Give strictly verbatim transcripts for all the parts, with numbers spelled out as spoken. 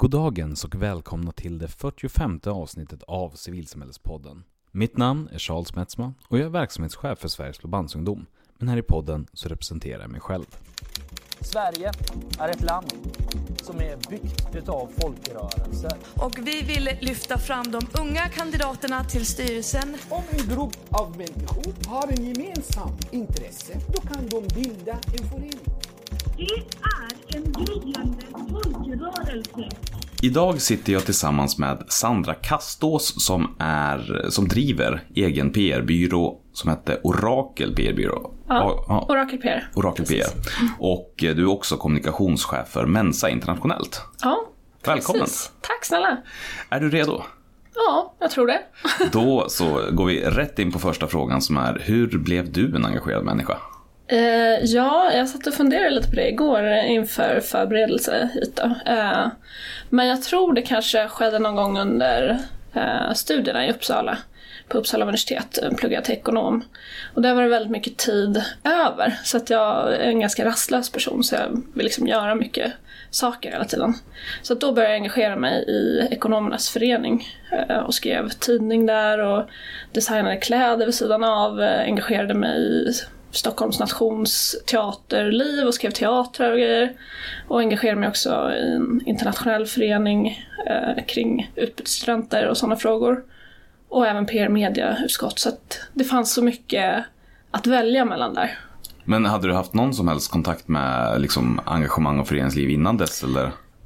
Goddagens och välkomna till det fyrtiofemte avsnittet av Civilsamhällespodden. Mitt namn är Charles Metzma och jag är verksamhetschef för Sveriges Blåbandsungdom. Men här i podden så representerar jag mig själv. Sverige är ett land som är byggt utav folkrörelser. Och vi vill lyfta fram de unga kandidaterna till styrelsen. Om en grupp av människor har en gemensam intresse, då kan de bilda en förening. Det är en gryende folkrörelse. Idag sitter jag tillsammans med Sandra Kastås som, är, som driver egen P R-byrå som heter Orakel P R-byrå. Ja, ja. Orakel P R. Orakel P R. Och du är också kommunikationschef för Mensa Internationellt. Ja, välkommen. Precis. Tack snälla. Är du redo? Ja, jag tror det. Då så går vi rätt in på första frågan som är: hur blev du en engagerad människa? Uh, ja, jag satt och funderade lite på det igår inför förberedelse hit då. Uh, men jag tror det kanske skedde någon gång under uh, studierna i Uppsala. På Uppsala universitet pluggade jag till ekonom. Och där var det väldigt mycket tid över. Så att jag är en ganska rastlös person, så jag vill liksom göra mycket saker hela tiden. Så att då började jag engagera mig i ekonomernas förening. Uh, och skrev tidning där och designade kläder vid sidan av. Uh, engagerade mig i Stockholms nationsteaterliv och skrev teatrar och grejer. Och engagerade mig också i en internationell förening eh, kring utbytesstudenter och sådana frågor. Och även P R-mediautskott, så att det fanns så mycket att välja mellan där. Men hade du haft någon som helst kontakt med liksom, engagemang och föreningsliv innan dess? Eller?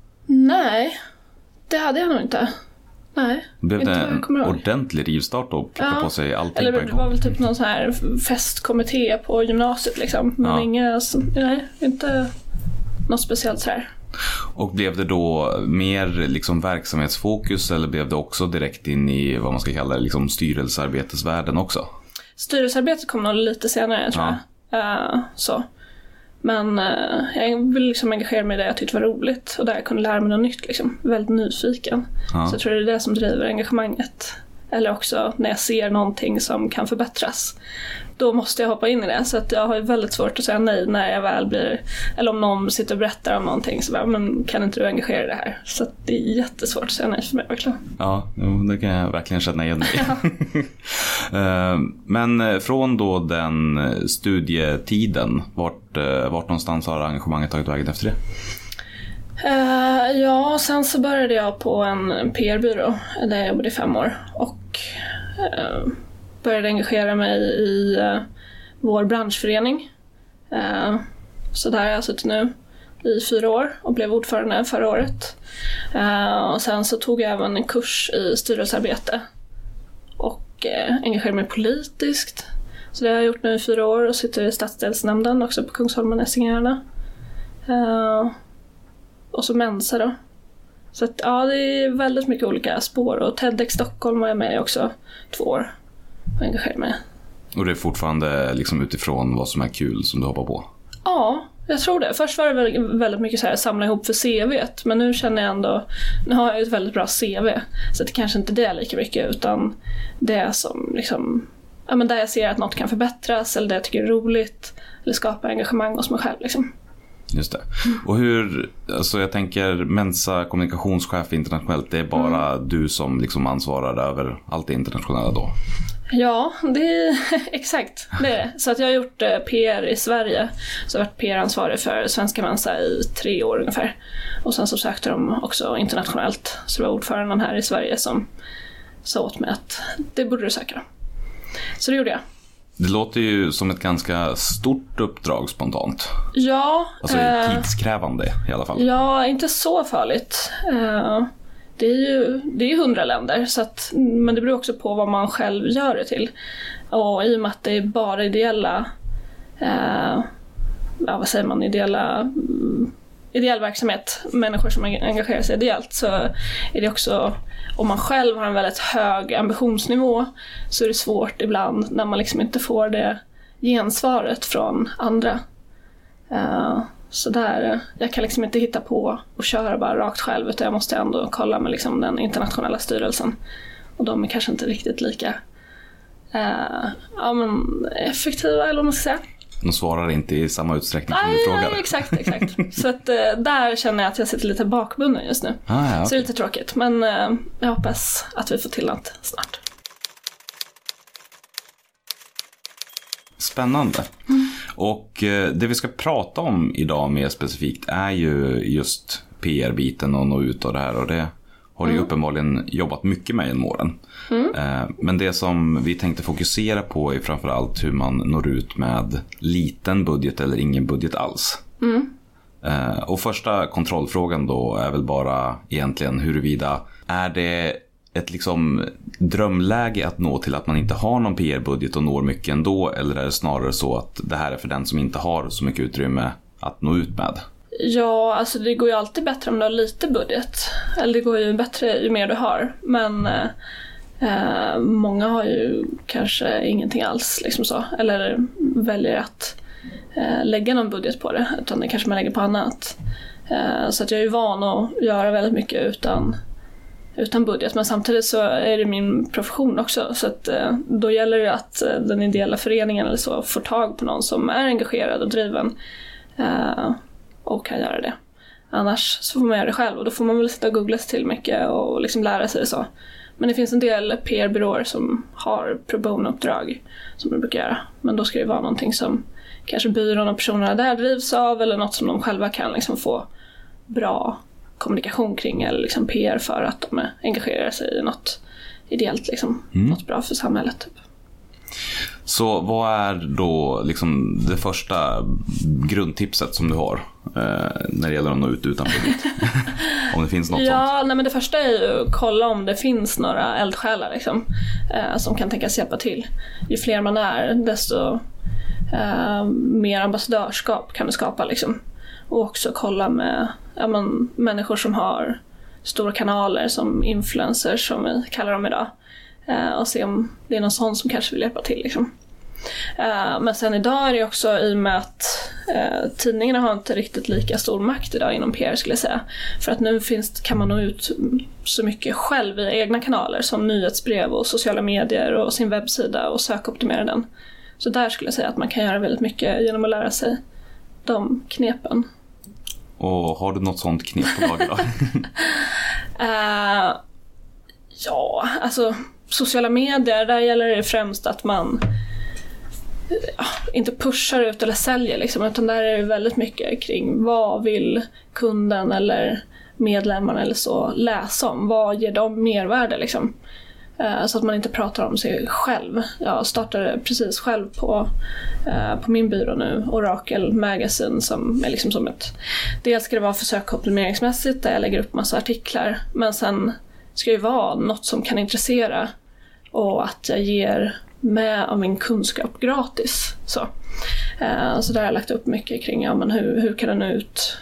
Nej, det hade jag nog inte. Nej, blev det en ihåg. ordentlig rivstart och plocka ja. på sig allting eller på en det var väl typ någon sån här festkommitté på gymnasiet liksom. Men ja. inga, nej, inte något speciellt så här. Och blev det då mer liksom verksamhetsfokus, eller blev det också direkt in i vad man ska kalla liksom styrelsearbetesvärlden också? Styrelsearbetet kom nog lite senare, tror ja. jag. Uh, så. Men uh, jag ville liksom engagera mig i det jag tyckte var roligt. Och där jag kunde lära mig något nytt. Liksom. Väldigt nyfiken. Ja. Så jag tror det är det som driver engagemanget. Eller också när jag ser någonting som kan förbättras. Då måste jag hoppa in i det. Så att jag har väldigt svårt att säga nej när jag väl blir... Eller om någon sitter och berättar om någonting. Så bara, men kan inte du engagera dig i det här? Så att det är jättesvårt att säga nej för mig verkligen. Ja, det kan jag verkligen känna igen mig. Ja. Men från då den studietiden, vart, vart någonstans har engagemanget tagit vägen efter det? Uh, ja, sen så började jag på en P R-byrå där jag jobbade i fem år och uh, började engagera mig i uh, vår branschförening. Uh, så där har jag suttit nu i fyra år och blev ordförande förra året. Uh, och sen så tog jag även en kurs i styrelsearbete och uh, engagerade mig politiskt. Så det har jag gjort nu i fyra år och sitter i stadsdelsnämnden också på Kungsholmen, Essingarna. Uh, Och så Mensa då. Så att, ja, det är väldigt mycket olika spår. Och TEDx Stockholm var jag med också två år och engagerade mig. Och det är fortfarande liksom utifrån vad som är kul som du hoppar på? Ja, jag tror det. Först var det väldigt mycket så här samla ihop för C V:t. Men nu känner jag ändå, nu har jag ett väldigt bra C V. Så det kanske inte det är lika mycket, utan det som liksom, ja, men där jag ser att något kan förbättras. Eller det jag tycker är roligt. Eller skapa engagemang hos mig själv liksom. Just det. Och hur, alltså jag tänker Mensa kommunikationschef internationellt, det är bara mm. du som liksom ansvarar över allt det internationella då? Ja, det är exakt det är det. Så att jag har gjort P R i Sverige. Så jag har varit P R-ansvarig för svenska Mensa i tre år ungefär. Och sen så sökte de också internationellt. Så det var ordföranden här i Sverige som sa åt mig att det borde du söka. Så det gjorde jag. Det låter ju som ett ganska stort uppdrag spontant. Ja. Alltså eh, tidskrävande i alla fall. Ja, inte så farligt. Eh, det är ju det är hundra länder. Så att, men det beror också på vad man själv gör det till. Och i och med att det är bara ideella... Eh, ja, vad säger man? Ideella... ideell verksamhet, människor som engagerar sig ideellt, så är det också, om man själv har en väldigt hög ambitionsnivå, så är det svårt ibland när man liksom inte får det gensvaret från andra. Uh, så där, jag kan liksom inte hitta på och köra bara rakt själv, utan jag måste ändå kolla med liksom den internationella styrelsen, och de är kanske inte riktigt lika uh, ja, men effektiva, eller vad man ska säga. De svarar inte i samma utsträckning som nej, du frågar. Nej, exakt, exakt. Så att, uh, där känner jag att jag sitter lite bakbunden just nu. Ah, ja, okay. Så det är lite tråkigt, men uh, jag hoppas att vi får till något snart. Spännande. Mm. Och uh, det vi ska prata om idag mer specifikt är ju just P R-biten och nå ut och det här, och det har du mm. uppenbarligen jobbat mycket med genom åren. Mm. Uh, men det som vi tänkte fokusera på är framförallt hur man når ut med liten budget eller ingen budget alls. Mm. Uh, och första kontrollfrågan då är väl bara egentligen huruvida är det ett liksom drömläge att nå till att man inte har någon P R-budget och når mycket ändå, eller är det snarare så att det här är för den som inte har så mycket utrymme att nå ut med? Ja, alltså det går ju alltid bättre om du har lite budget. Eller det går ju bättre ju mer du har. Men eh, många har ju kanske ingenting alls liksom så. Eller väljer att eh, lägga någon budget på det, utan det kanske man lägger på annat. Eh, så att jag är ju van att göra väldigt mycket utan utan budget, men samtidigt så är det min profession också, så att eh, då gäller det att eh, den ideella föreningen eller så får tag på någon som är engagerad och driven eh, och kan göra det. Annars så får man göra det själv, och då får man väl sitta och googla sig till mycket och liksom lära sig det så. Men det finns en del P R-byråer som har pro bono-uppdrag som de brukar göra, men då ska det vara någonting som kanske byrån och personerna där drivs av, eller något som de själva kan liksom få bra kommunikation kring, eller liksom P R för att de engagerar sig i något ideellt liksom, mm. något bra för samhället typ. Så vad är då liksom det första grundtipset som du har eh, när det gäller att nå ut utan budget? Om det finns något ja, sånt. Nej, men det första är ju att kolla om det finns några eldsjälar liksom, eh, som kan tänkas hjälpa till. Ju fler man är, desto eh, mer ambassadörskap kan du skapa liksom. Och också kolla med ja, men, människor som har stora kanaler som influencers som vi kallar dem idag. Eh, och se om det är någon sån som kanske vill hjälpa till. Liksom. Eh, men sen idag är det också i och med att eh, tidningarna har inte riktigt lika stor makt idag inom P R skulle jag säga. För att nu finns, kan man nå ut så mycket själv via egna kanaler som nyhetsbrev och sociala medier och sin webbsida och sökoptimera den. Så där skulle jag säga att man kan göra väldigt mycket genom att lära sig de knepen. Och har du något sånt knep på lager då? uh, ja, alltså sociala medier, där gäller det främst att man ja, inte pushar ut eller säljer liksom, utan där är det väldigt mycket kring vad vill kunden eller medlemmarna eller så läsa om, vad ger dem mervärde liksom. Så att man inte pratar om sig själv. Jag startade precis själv på, på min byrå nu, Oracle Magazine, som är liksom som ett, dels ska det vara försökoptimeringsmässigt där jag lägger upp massa artiklar, men sen ska det vara något som kan intressera och att jag ger med av min kunskap gratis. Så, så där har jag lagt upp mycket kring ja, men hur, hur kan den ut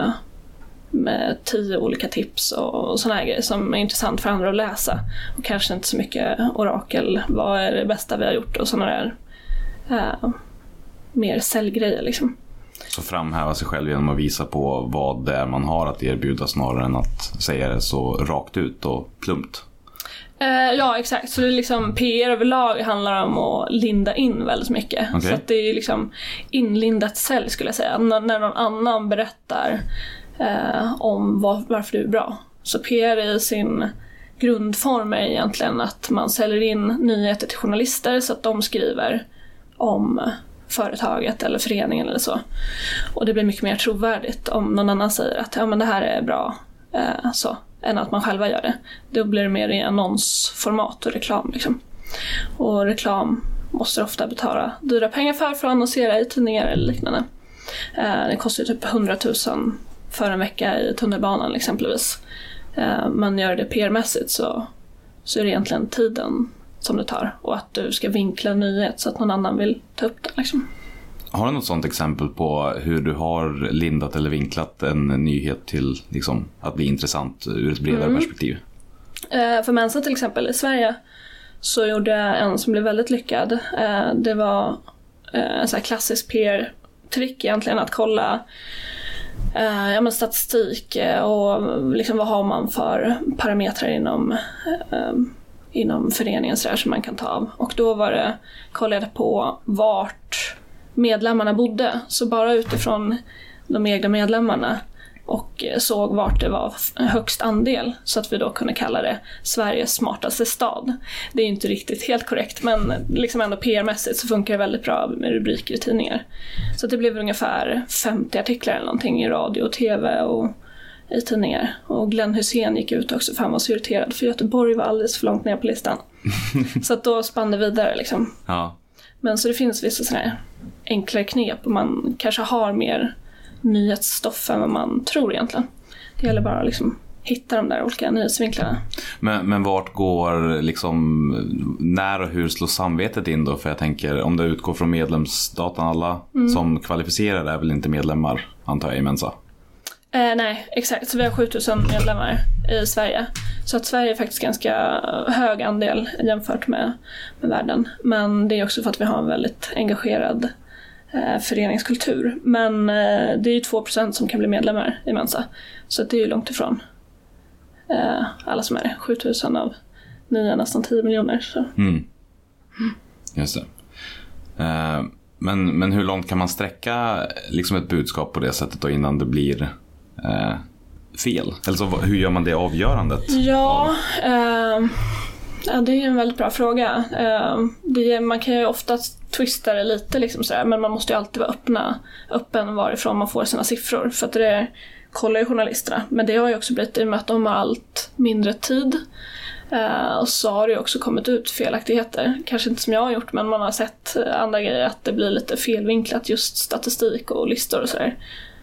med tio olika tips och såna här grejer som är intressant för andra att läsa. Och kanske inte så mycket orakel, vad är det bästa vi har gjort och såna där uh, mer säljgrejer liksom. Så framhäva sig själv genom att visa på vad det är man har att erbjuda snarare än att säga det så rakt ut och plumpt. Uh, ja, exakt. Så det är liksom, P R överlag handlar om att linda in väldigt mycket. Okay. Så att det är liksom inlindat sälj skulle jag säga. N- när någon annan berättar Eh, om var, varför du är bra. Så P R i sin grundform är egentligen att man säljer in nyheter till journalister så att de skriver om företaget eller föreningen eller så. Och det blir mycket mer trovärdigt om någon annan säger att ja, men det här är bra eh, så, än att man själva gör det. Då blir det mer i annonsformat och reklam liksom. Och reklam måste ofta betala dyra pengar för för att annonsera i tidningar eller liknande. Eh, det kostar typ hundratusen för en vecka i tunnelbanan exempelvis. Eh, man gör det P R-mässigt så, så är det egentligen tiden som det tar. Och att du ska vinkla en nyhet så att någon annan vill ta upp den. Liksom. Har du något sånt exempel på hur du har lindat eller vinklat en nyhet till liksom, att bli intressant ur ett bredare mm. perspektiv? Eh, för Mensa till exempel i Sverige så gjorde jag en som blev väldigt lyckad. Eh, det var eh, en sån här klassisk P R-trick egentligen att kolla Uh, ja, men statistik och liksom vad har man för parametrar inom, uh, inom föreningen så där som man kan ta av. Och då var det, kollade jag på vart medlemmarna bodde. Så bara utifrån de egna medlemmarna och såg vart det var högst andel, så att vi då kunde kalla det Sveriges smartaste stad. Det är inte riktigt helt korrekt, men liksom ändå P R-mässigt så funkar det väldigt bra med rubriker i tidningar. Så det blev ungefär femtio artiklar eller någonting i radio och tv och i tidningar. Och Glenn Hussein gick ut också för han var så irriterad för Göteborg var alldeles för långt ner på listan. Så att då spann det vidare liksom. Ja. Men så det finns vissa sådana här enklare knep och man kanske har mer nyhetsstoff än vad man tror egentligen. Det gäller bara att liksom hitta de där olika nyhetsvinklarna. Men, men vart går liksom, när och hur slår samvetet in då? För jag tänker, om det utgår från medlemsdatan, alla mm. som kvalificerar är väl inte medlemmar, antar jag, i Mensa? Eh, nej, exakt. Så vi har sjutusen medlemmar i Sverige. Så att Sverige är faktiskt ganska hög andel jämfört med, med världen. Men det är också för att vi har en väldigt engagerad eh, föreningskultur. Men eh, det är ju två procent som kan bli medlemmar i Mensa. Så att det är ju långt ifrån eh, alla som är det. sjutusen av nio, nästan tio miljoner. Så. Mm. Mm. Just det. Eh, men, men hur långt kan man sträcka liksom ett budskap på det sättet då innan det blir eh, fel? Eller så, hur gör man det avgörandet? Ja, eh, ja, det är en väldigt bra fråga. Eh, det, man kan ju ofta twista det lite liksom sådär, men man måste ju alltid vara öppna, öppen varifrån man får sina siffror. För att det kollar ju journalisterna. Men det har ju också blivit i och med att de har allt mindre tid. Uh, och så har det ju också kommit ut felaktigheter. Kanske inte som jag har gjort, men man har sett andra grejer att det blir lite felvinklat, just statistik och listor och sådär.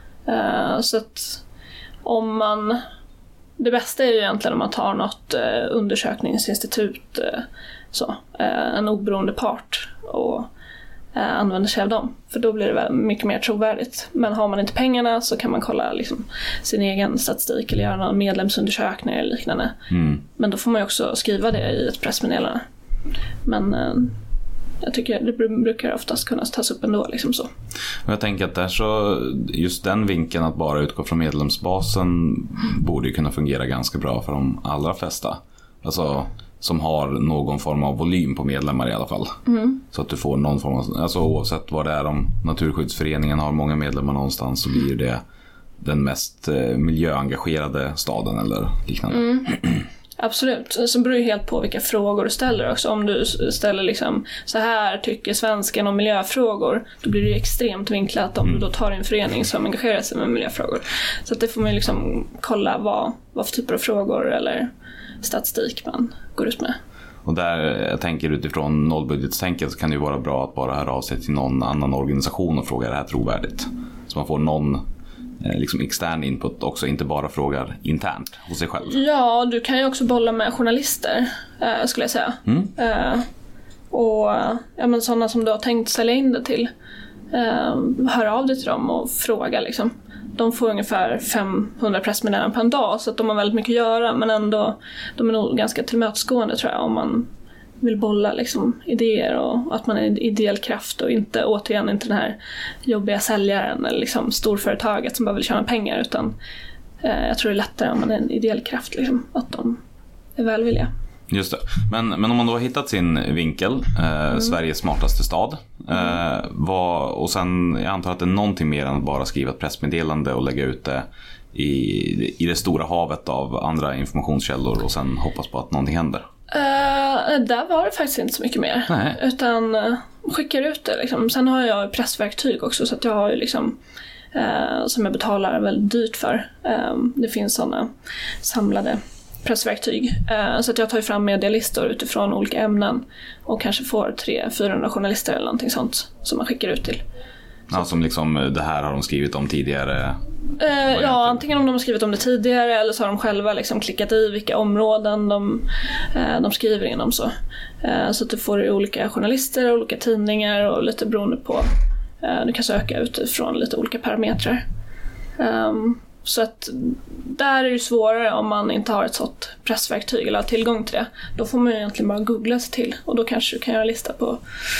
Uh, så att om man... Det bästa är ju egentligen om man tar något uh, undersökningsinstitut, uh, så, uh, en oberoende part och uh, använder sig av dem. För då blir det väl mycket mer trovärdigt. Men har man inte pengarna så kan man kolla liksom, sin egen statistik eller göra någon medlemsundersökning eller liknande. Mm. Men då får man ju också skriva det i ett pressmeddelande. Men uh, jag tycker det brukar oftast kunna tas upp ändå. Liksom så. Jag tänker att där så, just den vinkeln att bara utgå från medlemsbasen borde ju kunna fungera ganska bra för de allra flesta. Alltså som har någon form av volym på medlemmar i alla fall. Mm. Så att du får någon form av, alltså oavsett vad det är, om Naturskyddsföreningen har många medlemmar någonstans så blir det den mest miljöengagerade staden eller liknande. Mm. Absolut. Så beror det helt på vilka frågor du ställer också. Om du ställer liksom så här tycker svensken om miljöfrågor, då blir det extremt vinklat om mm. du då tar en förening som engagerar sig med miljöfrågor. Så att det får man liksom kolla vad, vad för typer av frågor eller statistik man går ut med. Och där, jag tänker utifrån nollbudgetstänket så kan det ju vara bra att bara höra av sig till någon annan organisation och fråga är det här trovärdigt. Så man får någon liksom extern input också, inte bara frågar internt hos sig själv. Ja, du kan ju också bolla med journalister, äh, skulle jag säga. Mm. Äh, och ja, men sådana som du har tänkt sälja in det till. Äh, hör av dig till dem och fråga liksom. De får ungefär femhundra pressmeddelanden på en dag, så att de har väldigt mycket att göra, men ändå de är nog ganska tillmötesgående tror jag, om man vill bolla liksom idéer och att man är en ideell kraft och inte återigen inte den här jobbiga säljaren eller liksom storföretaget som bara vill tjäna pengar, utan eh, jag tror det är lättare om man är en ideell kraft liksom, att de är välvilliga. Just det. Men, men om man då har hittat sin vinkel, eh, mm. Sveriges smartaste stad, eh, vad, och sen jag antar att det är någonting mer än att bara skriva ett pressmeddelande och lägga ut det i, i det stora havet av andra informationskällor och sen hoppas på att någonting händer. Uh, där var det faktiskt inte så mycket mer. Nej. Utan uh, skickar ut det liksom. Sen har jag pressverktyg också, så att jag har ju liksom uh, som jag betalar väldigt dyrt för. Uh, det finns sådana samlade pressverktyg. Uh, så att jag tar fram medialistor utifrån olika ämnen och kanske får tre fyrahundra journalister eller någonting sånt som man skickar ut till. Ja, som liksom det här har de skrivit om tidigare. Uh, ja, antingen om de har skrivit om det tidigare eller så har de själva liksom klickat i vilka områden de, uh, de skriver inom så. Uh, så att du får olika journalister, olika tidningar och lite beroende på. Uh, du kan söka utifrån lite olika parametrar. Um, så att där är det svårare om man inte har ett sånt pressverktyg eller har tillgång till det. Då får man egentligen bara googla sig till. Och då kanske du kan göra en lista på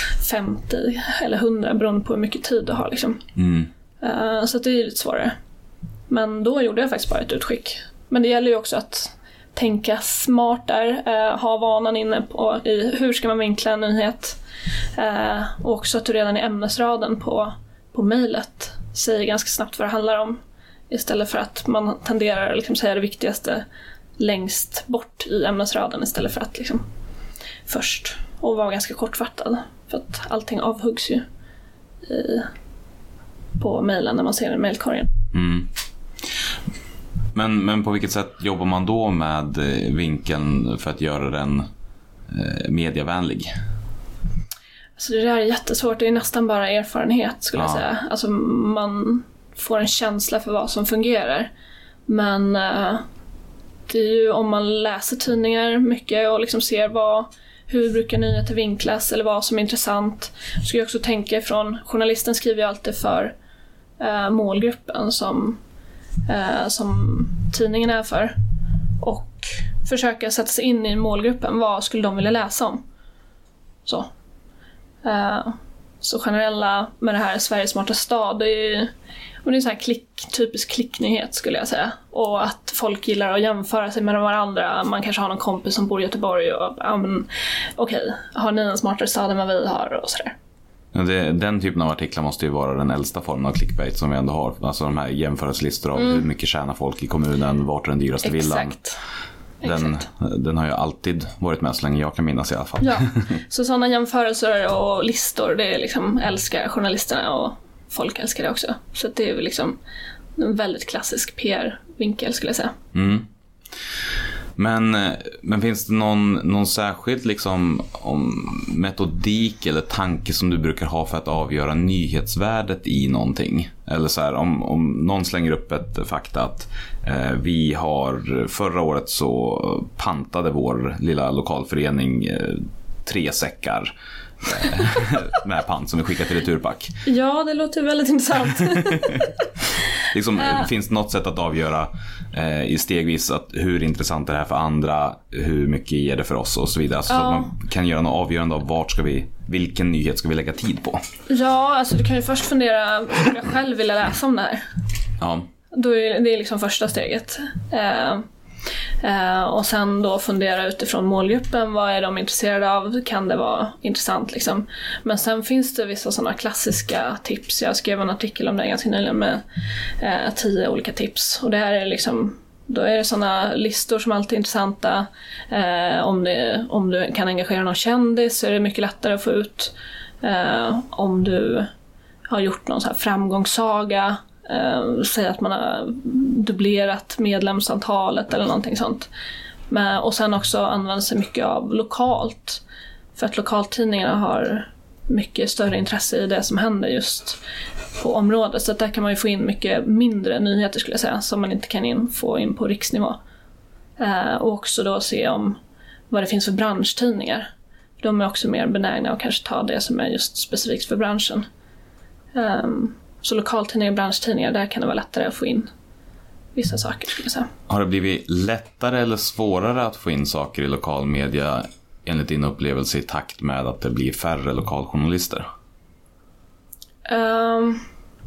femtio eller hundra beroende på hur mycket tid du har liksom. Mm. Uh, så att det är lite svårare. Men då gjorde jag faktiskt bara ett utskick. Men det gäller ju också att tänka smart där, eh, ha vanan inne på i hur ska man vinkla en nyhet. Eh, och också att du redan i ämnesraden på, på mejlet säger ganska snabbt vad det handlar om. Istället för att man tenderar att liksom säga det viktigaste längst bort i ämnesraden istället för att liksom först. Och vara ganska kortfattad. För att allting avhuggs ju i, på mejlen när man ser den mejlkorgen. Mm. Men, men på vilket sätt jobbar man då med vinkeln för att göra den eh, mediavänlig? Så det där är jättesvårt. Det är nästan bara erfarenhet skulle ja. jag säga. Alltså man får en känsla för vad som fungerar. Men eh, det är ju om man läser tidningar mycket och liksom ser vad, hur brukar nyheter vinklas eller vad som är intressant. Så ska jag också tänka ifrån, journalisten skriver ju alltid för eh, målgruppen som, eh, som tidningen är för. Och försöka sätta sig in i målgruppen. Vad skulle de vilja läsa om? Så. Uh, så generella med det här Sveriges smarta stad, det är, det är en sån här klick, typisk klicknyhet skulle jag säga. Och att folk gillar att jämföra sig med varandra. Man kanske har någon kompis som bor i Göteborg och ja, men, okej, har ni en smartare stad än vad vi har och sådär. Ja, det, den typen av artiklar måste ju vara den äldsta formen av clickbait som vi ändå har. Alltså de här jämförelselistor av mm. hur mycket tjänar folk i kommunen, vart är den dyraste villan. Exakt. Den, den har ju alltid varit med så länge jag kan minnas i alla fall. Ja, så sådana jämförelser och listor, det är liksom, älskar journalisterna och folk älskar det också. Så det är väl liksom en väldigt klassisk P R-vinkel skulle jag säga. Mm. Men, men finns det någon, någon särskild liksom, om metodik eller tanke som du brukar ha för att avgöra nyhetsvärdet i någonting? Eller så här, om, om någon slänger upp ett fakta att eh, vi har förra året så pantade vår lilla lokalförening eh, tre säckar med pant som vi skickar till returpack. Ja, det låter väldigt intressant. liksom, uh. Finns det något sätt att avgöra eh, i stegvis att hur intressant är det här för andra, hur mycket ger det för oss och så vidare. Alltså, uh. så att man kan göra något avgörande av vart ska vi, vilken nyhet ska vi lägga tid på. Ja, alltså du kan ju först fundera hur jag själv vill läsa om det här. Ja. Då är det är liksom första steget. Uh. Uh, och sen då fundera utifrån målgruppen, vad är de intresserade av, kan det vara intressant liksom. Men sen finns det vissa sådana klassiska tips. Jag skrev en artikel om det ganska nyligen med uh, tio olika tips, och det här är liksom, då är det sådana listor som alltid är intressanta. uh, om, det, om du kan engagera någon kändis så är det mycket lättare att få ut. uh, om du har gjort någon så här framgångssaga, Uh, säga att man har dubblerat medlemsantalet eller någonting sånt. Men, och sen också använda sig mycket av lokalt. För att lokaltidningarna har mycket större intresse i det som händer just på området. Så att där kan man ju få in mycket mindre nyheter skulle jag säga, som man inte kan in, få in på riksnivå. Uh, och också då se om vad det finns för branschtidningar. De är också mer benägna att kanske ta det som är just specifikt för branschen. Um, Så lokaltidningar och branschtidningar, där kan det vara lättare att få in vissa saker skulle jag säga. Har det blivit lättare eller svårare att få in saker i lokalmedia enligt din upplevelse i takt med att det blir färre lokaljournalister? Um,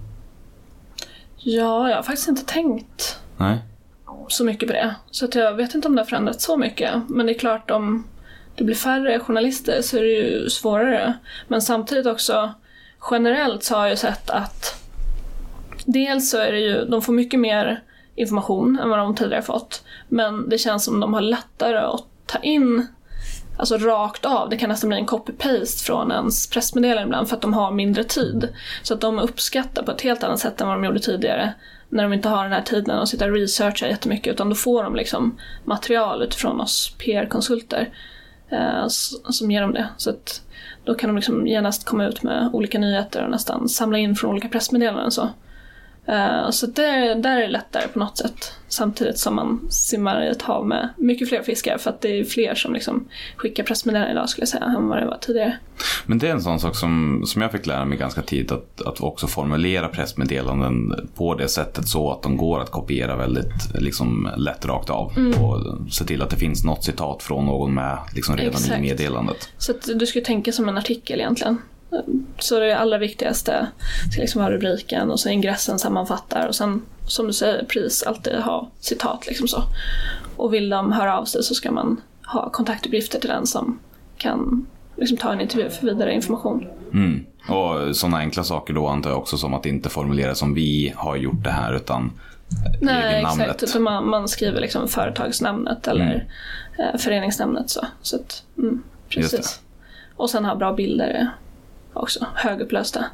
ja, jag har faktiskt inte tänkt Nej. så mycket på det. Så att jag vet inte om det har förändrats så mycket. Men det är klart, om det blir färre journalister så är det ju svårare. Men samtidigt också, generellt så har jag sett att dels så är det ju, de får mycket mer information än vad de tidigare fått. Men det känns som de har lättare att ta in, alltså rakt av. Det kan nästan bli en copy-paste från ens pressmeddelande ibland för att de har mindre tid. Så att de uppskattar på ett helt annat sätt än vad de gjorde tidigare. När de inte har den här tiden att sitta och researcha jättemycket, utan då får de liksom material utifrån oss P R-konsulter eh, som ger dem det. Så att då kan de liksom genast komma ut med olika nyheter och nästan samla in från olika pressmeddelanden och så. Uh, så där, där är det lättare på något sätt. Samtidigt som man simmar i ett hav med mycket fler fiskar, för att det är fler som liksom skickar pressmeddelanden idag skulle jag säga än vad det var tidigare. Men det är en sån sak som, som jag fick lära mig ganska tidigt, att, att också formulera pressmeddelanden på det sättet så att de går att kopiera väldigt liksom, lätt rakt av. Mm. Och se till att det finns något citat från någon med liksom, redan Exakt. I meddelandet. Så att du skulle tänka som en artikel egentligen. Så det allra viktigaste ska liksom vara rubriken och så ingressen sammanfattar, och sen som du säger, pris alltid ha citat liksom så. Och vill de höra av sig så ska man ha kontaktuppgifter till den som kan liksom ta en intervju för vidare information. Mm. Och sådana enkla saker då antar jag också som att inte formulera som vi har gjort det här utan Nej, exakt. Utan man, man skriver liksom företagsnamnet eller mm. föreningsnamnet. Så, så att, mm, precis. Och sen ha bra bilder också, högupplösta.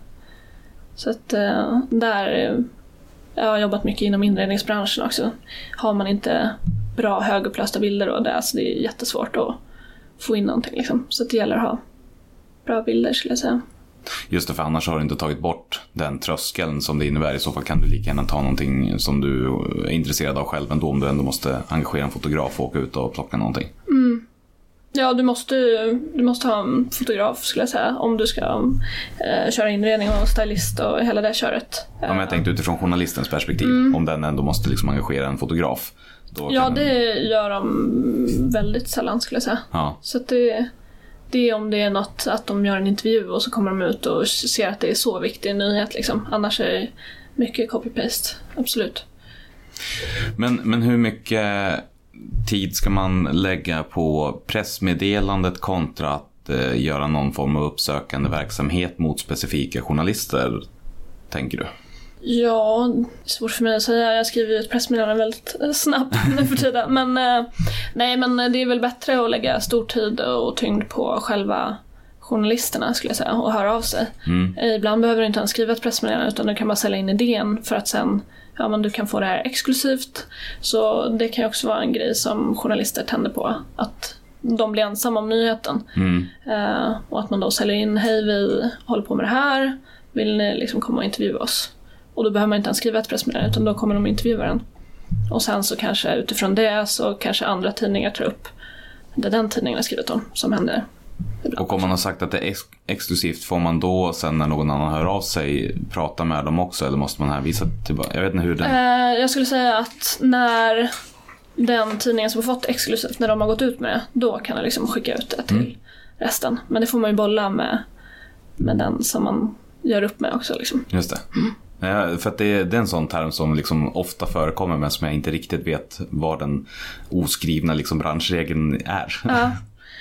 Så att där, jag har jobbat mycket inom inredningsbranschen också. Har man inte bra högupplösta bilder då, det, alltså det är jättesvårt att få in någonting liksom. Så att det gäller att ha bra bilder skulle jag säga. Just det, för annars har du inte tagit bort den tröskeln som det innebär. I så fall kan du lika gärna ta någonting som du är intresserad av själv ändå, om du ändå måste engagera en fotograf och åka ut och plocka någonting. Mm. Ja, du måste, du måste ha en fotograf skulle jag säga om du ska eh, köra inredning och stylist och hela det köret. Ja, men jag tänkte utifrån journalistens perspektiv, mm. om den ändå måste liksom engagera en fotograf. Då ja, kan det den... gör de väldigt sällan skulle jag säga. Ja. Så att det, det är om det är något att de gör en intervju och så kommer de ut och ser att det är så viktig nyhet liksom. Annars är det mycket copy-paste, absolut. Men, men hur mycket tid ska man lägga på pressmeddelandet kontra att eh, göra någon form av uppsökande verksamhet mot specifika journalister, tänker du? Ja, det är svårt för mig att säga. Jag skriver ju ett pressmeddelande väldigt snabbt nu för tiden. Men, eh, nej, men det är väl bättre att lägga stor tid och tyngd på själva journalisterna skulle jag säga och höra av sig. Mm. Ibland behöver du inte ens skriva ett pressmeddelande utan du kan bara sälja in idén för att sen ja, men du kan få det här exklusivt. Så det kan ju också vara en grej som journalister tänder på. Att de blir ensamma om nyheten. Mm. Uh, och att man då säljer in, hej vi håller på med det här. Vill ni liksom komma och intervjua oss? Och då behöver man inte ens skriva ett pressmeddelande utan då kommer de intervjua den. Och sen så kanske utifrån det så kanske andra tidningar tar upp det den tidningen har skrivit om som händer. Och om man har sagt att det är ex- exklusivt, får man då sen när någon annan hör av sig prata med dem också, eller måste man hänvisa tillbaka? Jag vet inte hur det är. Eh, jag skulle säga att när den tidningen som har fått exklusivt, när de har gått ut med det, då kan man liksom skicka ut det till mm. resten. Men det får man ju bolla med, med den som man gör upp med också liksom. Just det. Mm. Ja, för att det är, det är en sån term som liksom ofta förekommer men som jag inte riktigt vet vad den oskrivna liksom branschregeln är. Ja.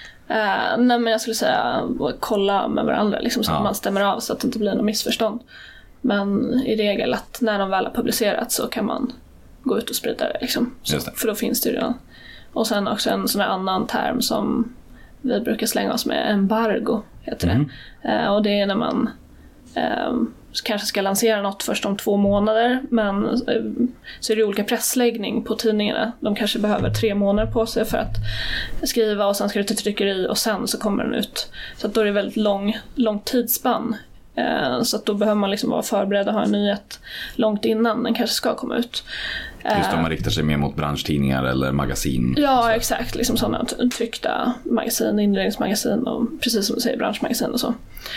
Uh, nej, men jag skulle säga kolla med varandra liksom, så ja. Att man stämmer av så att det inte blir något missförstånd. Men i regel att när de väl har publicerat så kan man gå ut och sprida det, liksom. Så, det. För då finns det ju redan. Och sen också en sån här annan term som vi brukar slänga oss med, embargo heter mm. det. Uh, och det är när man uh, kanske ska lansera något först om två månader, men så är det olika pressläggning på tidningarna. De kanske behöver tre månader på sig för att skriva och sen ska det till tryckeri och sen så kommer den ut. Så att då är det väldigt lång, lång tidsspann. Så att då behöver man liksom vara förberedd och ha en nyhet långt innan den kanske ska komma ut. Just om man riktar sig mer mot branschtidningar eller magasin. Ja, exakt. Liksom sådana tryckta magasin, inredningsmagasin och precis som du säger, branschmagasin och så.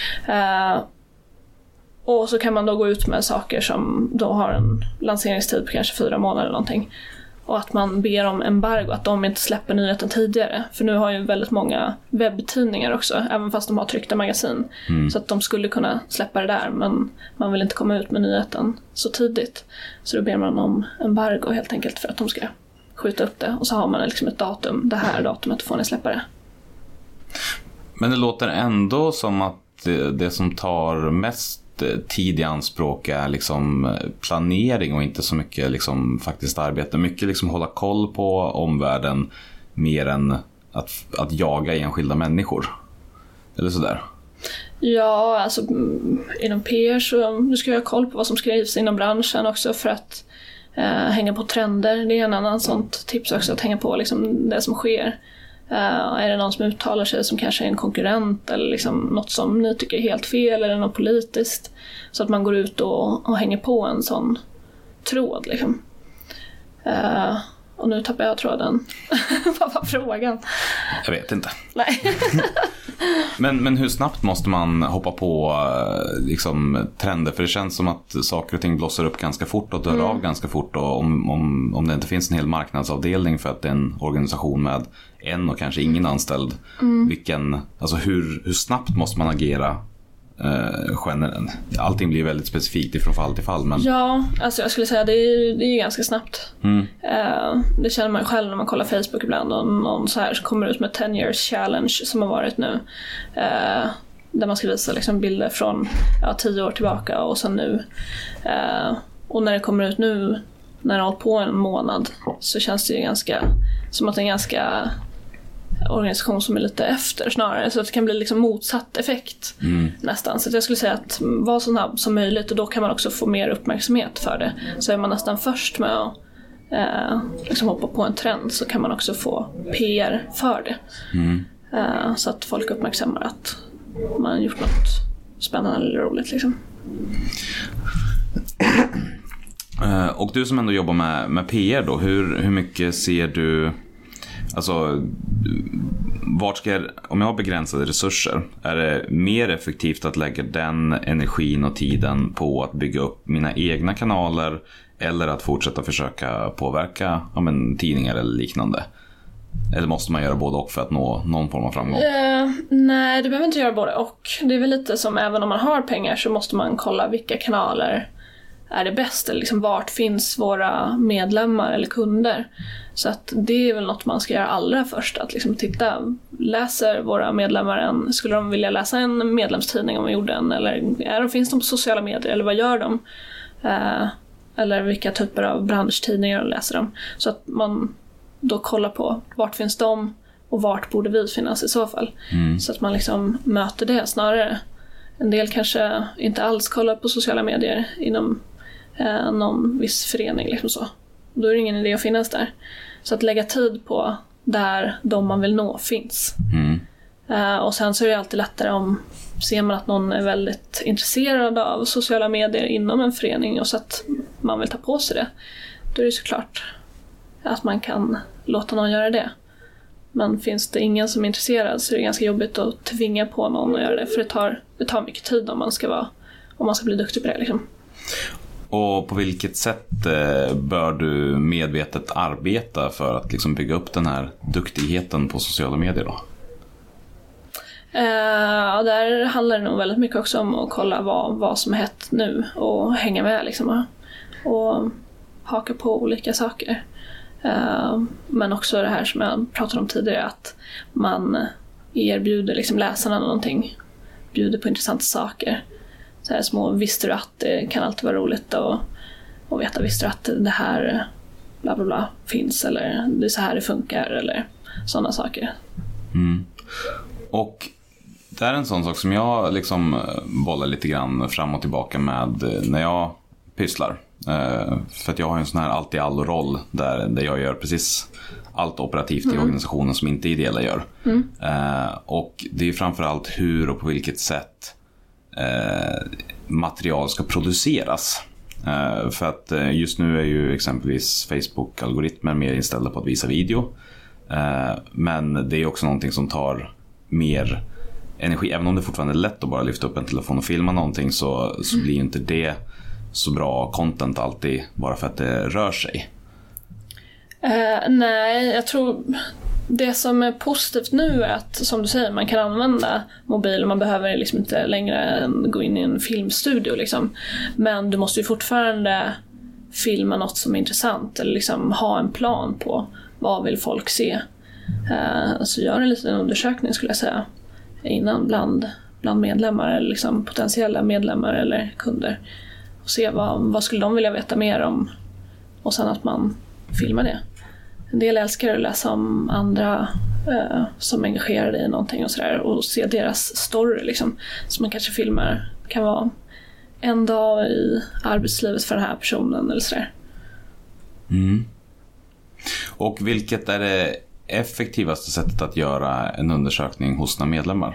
Och så kan man då gå ut med saker som då har en lanseringstid på kanske fyra månader eller någonting. Och att man ber om embargo, att de inte släpper nyheten tidigare. För nu har ju väldigt många webbtidningar också, även fast de har tryckta magasin. Mm. Så att de skulle kunna släppa det där, men man vill inte komma ut med nyheten så tidigt. Så då ber man om embargo helt enkelt för att de ska skjuta upp det. Och så har man liksom ett datum, det här datumet får ni släppa det. Men det låter ändå som att det, det som tar mest tid i anspråk är liksom planering och inte så mycket liksom faktiskt arbete. Mycket liksom hålla koll på omvärlden mer än att, att jaga enskilda människor. Eller sådär. Ja, alltså inom P R så nu ska jag ha koll på vad som skrivs inom branschen också för att eh, hänga på trender. Det är en annan sånt tips också, att hänga på liksom det som sker. Uh, är det någon som uttalar sig som kanske är en konkurrent eller liksom något som ni tycker är helt fel eller något politiskt, så att man går ut och, och hänger på en sån tråd liksom. Uh, och nu tappar jag tråden. Vad var frågan? Jag vet inte. Nej. men, men hur snabbt måste man hoppa på liksom, trender? För det känns som att saker och ting blossar upp ganska fort och dör mm. av ganska fort. Och om, om, om det inte finns en hel marknadsavdelning för att det är en organisation med en och kanske ingen anställd. Mm. Vilken, alltså hur, hur snabbt måste man agera eh, generellt. Allting blir väldigt specifikt ifrån fall till fall. Men... Ja, alltså jag skulle säga det är, det är ganska snabbt. Mm. Eh, det känner man själv när man kollar Facebook ibland och någon så här kommer ut med ten years challenge som har varit nu. Eh, där man ska visa liksom bilder från ja, tio år tillbaka och sen nu. Eh, och när det kommer ut nu, när det har hållit på en månad, så känns det ju ganska som att det är en ganska organisation som är lite efter snarare, så att det kan bli liksom motsatt effekt mm. nästan. Så jag skulle säga att vara så snabb som möjligt, och då kan man också få mer uppmärksamhet för det. Så är man nästan först med att eh, liksom hoppa på en trend, så kan man också få P R för det. Mm. Eh, så att folk uppmärksammar att man har gjort något spännande eller roligt liksom. Och du som ändå jobbar med, med P R då, hur, hur mycket ser du, alltså vart ska jag, om jag har begränsade resurser, är det mer effektivt att lägga den energin och tiden på att bygga upp mina egna kanaler eller att fortsätta försöka påverka ja, men, tidningar eller liknande? Eller måste man göra både och för att nå någon form av framgång? Uh, nej, du behöver inte göra både och. Det är väl lite som även om man har pengar så måste man kolla vilka kanaler är det bästa, liksom vart finns våra medlemmar eller kunder. Så att det är väl något man ska göra allra först, att liksom titta, läser våra medlemmar en, skulle de vilja läsa en medlemstidning om vi gjorde en, eller är de, finns de på sociala medier, eller vad gör de? Uh, eller vilka typer av branschtidningar läser de? Så att man då kollar på vart finns de och vart borde vi finnas i så fall. Mm. Så att man liksom möter det snarare. En del kanske inte alls kollar på sociala medier inom eh, någon viss förening liksom så. Då är det ingen idé att finnas där. Så att lägga tid på där de man vill nå finns. Mm. Eh, och sen så är det alltid lättare om ser man att någon är väldigt intresserad av sociala medier inom en förening och så att man vill ta på sig det. Då är det såklart att man kan låta någon göra det. Men finns det ingen som är intresserad så är det ganska jobbigt att tvinga på någon att göra det. För det tar, det tar mycket tid om man ska vara, om man ska bli duktig på det liksom. Och på vilket sätt bör du medvetet arbeta för att liksom bygga upp den här duktigheten på sociala medier då? Uh, där handlar det nog väldigt mycket också om att kolla vad, vad som är hett nu och hänga med liksom, och, och haka på olika saker. Uh, men också det här som jag pratade om tidigare, att man erbjuder liksom läsarna någonting, bjuder på intressanta saker. Så här små, visste du att det kan alltid vara roligt att och veta, visste du att det här bla bla bla finns, eller det är så här det funkar, eller sådana saker. Mm. Och det är en sån sak som jag liksom bollar lite grann fram och tillbaka med när jag pysslar. Uh, för att jag har en sån här allt i allo roll där, där jag gör precis allt operativt mm. i organisationen som inte ideella gör. Mm. Uh, och det är framförallt hur och på vilket sätt uh, material ska produceras. Uh, för att uh, just nu är ju exempelvis Facebook-algoritmer mer inställda på att visa video. Uh, men det är också någonting som tar mer energi. Även om det fortfarande är lätt att bara lyfta upp en telefon och filma någonting, så, så blir inte det så bra content alltid bara för att det rör sig. Uh, nej, jag tror det som är positivt nu är att, som du säger, man kan använda mobil och man behöver liksom inte längre gå in i en filmstudio liksom. Men du måste ju fortfarande filma något som är intressant eller liksom ha en plan på vad vill folk se. Uh, så gör en liten undersökning skulle jag säga innan bland, bland medlemmar eller liksom potentiella medlemmar eller kunder. Och se vad, vad skulle de vilja veta mer om, och sen att man filmar det. En del älskar att läsa om andra eh, som engagerar i någonting och sådär, och se deras story liksom. Så man kanske filmar, kan vara en dag i arbetslivet för den här personen eller sådär. Mm. Och vilket är det effektivaste sättet att göra en undersökning hos sina medlemmar?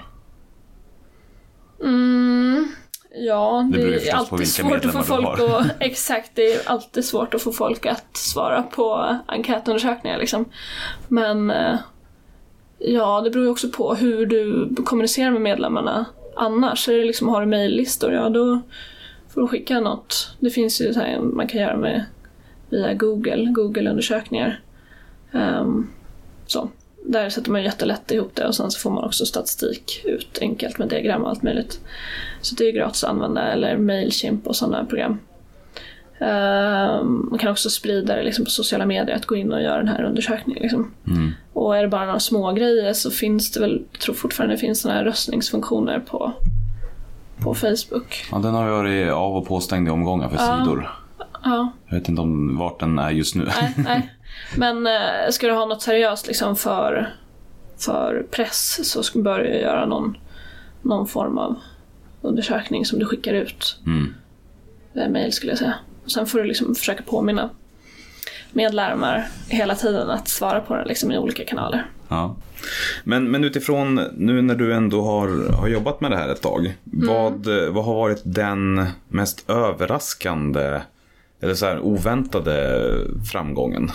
Mm, ja, det, det är alltid svårt att få folk att, exakt, det är alltid svårt att få folk att svara på enkätundersökningar liksom. Men ja, det beror ju också på hur du kommunicerar med medlemmarna. Annars är det liksom, har du mejllistor, ja då får du skicka något. Det finns ju så här, man kan göra med via Google, Google-undersökningar. Um, så. där sätter man jättelätt ihop det och sen så får man också statistik ut enkelt med diagram och allt möjligt. Så det är gratis att använda, eller Mailchimp och sådana program. Uh, man kan också sprida det liksom på sociala medier, att gå in och göra den här undersökningen liksom. Mm. Och är det bara några små grejer så finns det väl, jag tror fortfarande det finns såna här röstningsfunktioner på, på Facebook. Ja, den har ju varit av och påstängd i omgångar för uh, sidor. Ja. Jag vet inte om vart den är just nu. Nej, nej. Men uh, ska du ha något seriöst liksom för, för press så bör du göra någon, någon form av undersökning som du skickar ut. Mm. Mail skulle jag säga. Och sen får du liksom försöka påminna medlemmar hela tiden att svara på det liksom i olika kanaler. Ja. Men, men utifrån nu när du ändå har, har jobbat med det här ett tag, mm. vad, vad har varit den mest överraskande eller så här oväntade framgången?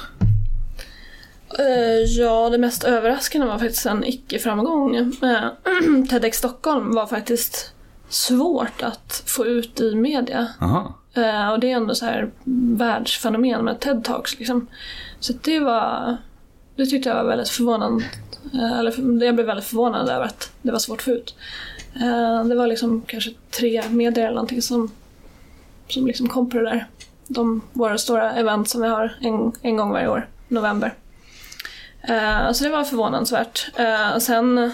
Uh, ja, det mest överraskande var faktiskt en icke-framgång. Uh, TEDx Stockholm var faktiskt svårt att få ut i media. Aha. Uh, och det är ändå så här världsfenomen med TED Talks liksom. Så det var, det tyckte jag var väldigt förvånande. Uh, eller jag blev väldigt förvånad över att det var svårt att få ut. Uh, det var liksom kanske tre medier eller någonting som, som liksom kom på det där. De, våra stora event som vi har en, en gång varje år, november. Uh, så det var förvånansvärt. Uh, och sen...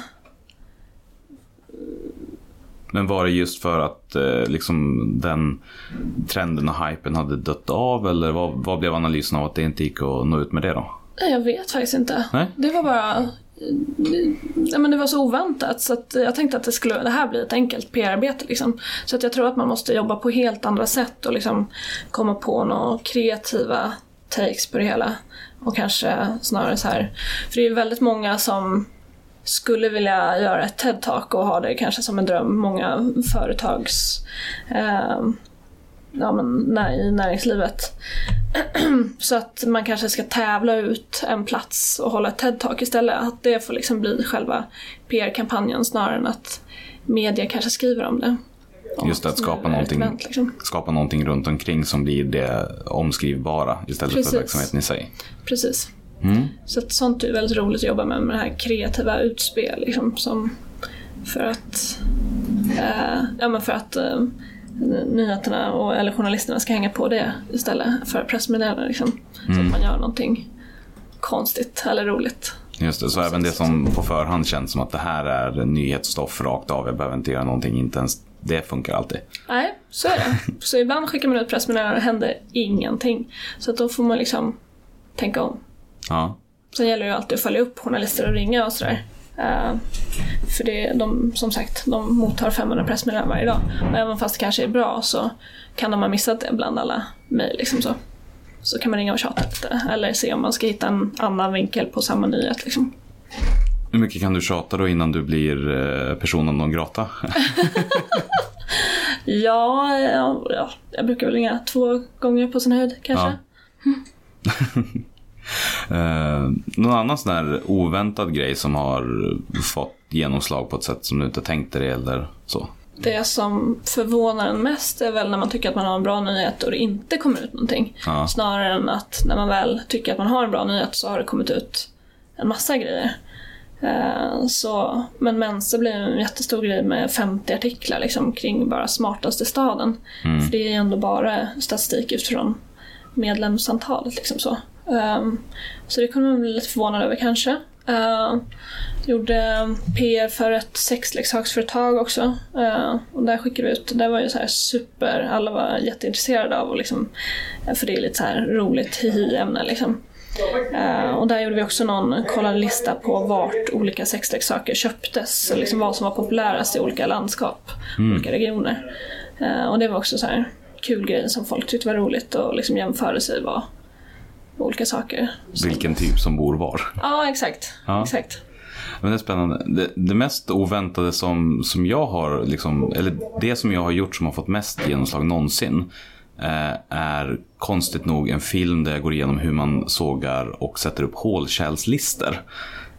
Men var det just för att eh, liksom den trenden och hypen hade dött av, eller vad, vad blev analysen av att det inte gick att nå ut med det då? Jag vet faktiskt inte. Nej? Det var bara... Ja, men det var så oväntat så att jag tänkte att det skulle det här bli ett enkelt P R-arbete liksom. Så att jag tror att man måste jobba på helt andra sätt och liksom komma på några kreativa takes på det hela. Och kanske snarare så här, för det är väldigt många som skulle vilja göra ett TED-talk och ha det kanske som en dröm. Många företags eh, ja, men, nej, i näringslivet. Så att man kanske ska tävla ut en plats och hålla ett TED-talk istället. Att det får liksom bli själva P R-kampanjen snarare än att media kanske skriver om det. Just det, att skapa någonting, event, liksom. skapa någonting runt omkring som blir det omskrivbara istället Precis. För verksamheten i sig. Precis. Mm. Så att sånt är väldigt roligt att jobba med, med det här kreativa utspel liksom, som för att äh, ja, men för att äh, nyheterna och, eller journalisterna ska hänga på det istället för pressmeddelanden liksom. Mm. Så att man gör någonting konstigt eller roligt. Just det, så, så även det som på förhand känns som att det här är nyhetsstoff rakt av, jag behöver inte göra någonting, inte ens det funkar alltid. Nej, så är det. Så ibland skickar man ut pressmeddelanden och händer ingenting. Så att då får man liksom tänka om. Ja. Sen gäller det ju alltid att följa upp journalister och ringa och sådär. Uh, för det, de, som sagt, de mottar femhundra pressmeddelanden varje dag. Och även fast det kanske är bra så kan de ha missat det bland alla mejl liksom så. Så kan man ringa och tjata lite. Eller se om man ska hitta en annan vinkel på samma nyhet liksom. Hur mycket kan du tjata då innan du blir eh, personen non grata? ja, ja, ja, jag brukar väl ringa två gånger på sin höjd kanske. Ja. eh, någon annan sån här oväntad grej som har fått genomslag på ett sätt som du inte tänkte det eller så? Det som förvånar en mest är väl när man tycker att man har en bra nyhet och det inte kommer ut någonting. Ja. Snarare än att när man väl tycker att man har en bra nyhet så har det kommit ut en massa grejer. Uh, så, men Mensa blir en jättestor grej med femtio artiklar liksom, kring bara smartaste staden. Mm. För det är ändå bara statistik utifrån medlemsantalet. Liksom så. Um, så det kunde man bli lite förvånad över kanske. Uh, gjorde P R för ett sexleksaksföretag också. Uh, och där skickade vi ut. Det var ju så här super, alla var jätteintresserade av och liksom, för det är lite så här roligt hihi-ämne liksom. Uh, och där gjorde vi också någon kollad lista på vart olika sexleksaker köptes, liksom vad som var populärast i olika landskap, mm. olika regioner. Uh, och det var också så här kul grej som folk tyckte var roligt och liksom jämföra sig vad olika saker. Vilken typ som bor var. Ja, exakt. Ja. exakt. Men det är spännande. Det, det mest oväntade som, som jag har liksom, eller det som jag har gjort som har fått mest genomslag någonsin eh, är konstigt nog en film där jag går igenom hur man sågar och sätter upp hålkärlslister.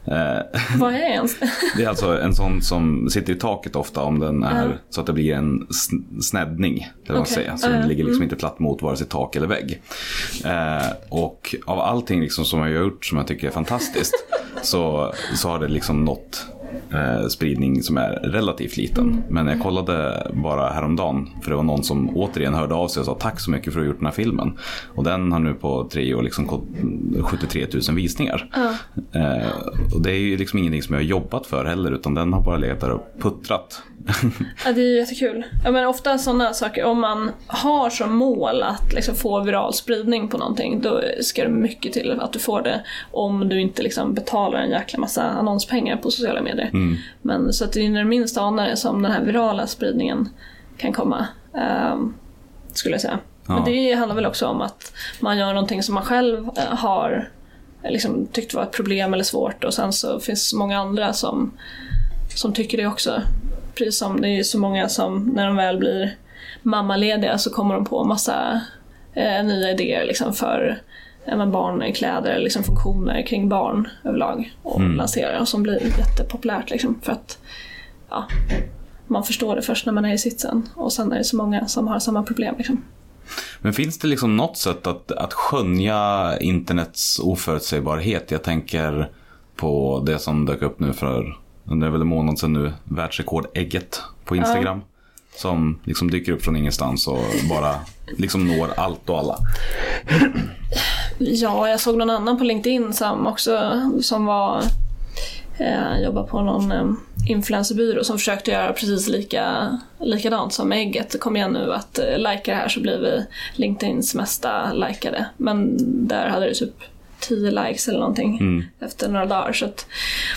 Vad är ens? Det är alltså en sån som sitter i taket ofta om den är uh. så att det blir en snäddning, eller vad man säger. Så uh. den ligger liksom mm. inte platt mot vare sig tak eller vägg. Eh, och av allting liksom som jag har gjort som jag tycker är fantastiskt så, så har det liksom nått eh, spridning som är relativt liten. Mm. Men jag kollade bara häromdagen, för det var någon som återigen hörde av sig och sa tack så mycket för att ha gjort den här filmen. Och den har nu på tre år liksom sjuttiotre tusen visningar. Uh. Eh, och det är ju liksom ingenting som jag har jobbat för heller, utan den har bara legat där och puttrat. Ja, det är jättekul. Jag menar, ofta sådana saker, om man har som mål att liksom få viral spridning på någonting, då ska det mycket till att du får det, om du inte liksom betalar en jäkla massa annonspengar på sociala medier. Mm. Men så att det är när det minst anar som den här virala spridningen kan komma, um, skulle jag säga. Ja. Men det handlar väl också om att man gör någonting som man själv har liksom tyckt var ett problem eller svårt, och sen så finns det många andra som, som tycker det också. Precis som det är så många som när de väl blir mammalediga så kommer de på massa eh, nya idéer liksom för eh, barnkläder, liksom funktioner kring barn överlag, och mm. lanserar, och som blir jättepopulärt liksom, för att ja, man förstår det först när man är i sitsen, och sen är det så många som har samma problem liksom. Men finns det liksom något sätt att, att skönja internets oförutsägbarhet? Jag tänker på det som dök upp nu för, det är väl en månad sedan nu, världsrekordägget på Instagram. Ja. Som liksom dyker upp från ingenstans och bara liksom når allt och alla. Ja, jag såg någon annan på LinkedIn som också som var eh, jobbar på någon eh, influencerbyrå som försökte göra precis lika likadant som ägget. Kom igen nu att eh, likea det här så blir vi LinkedIns mesta likade. Men där hade det typ tio likes eller någonting mm. efter några dagar, så att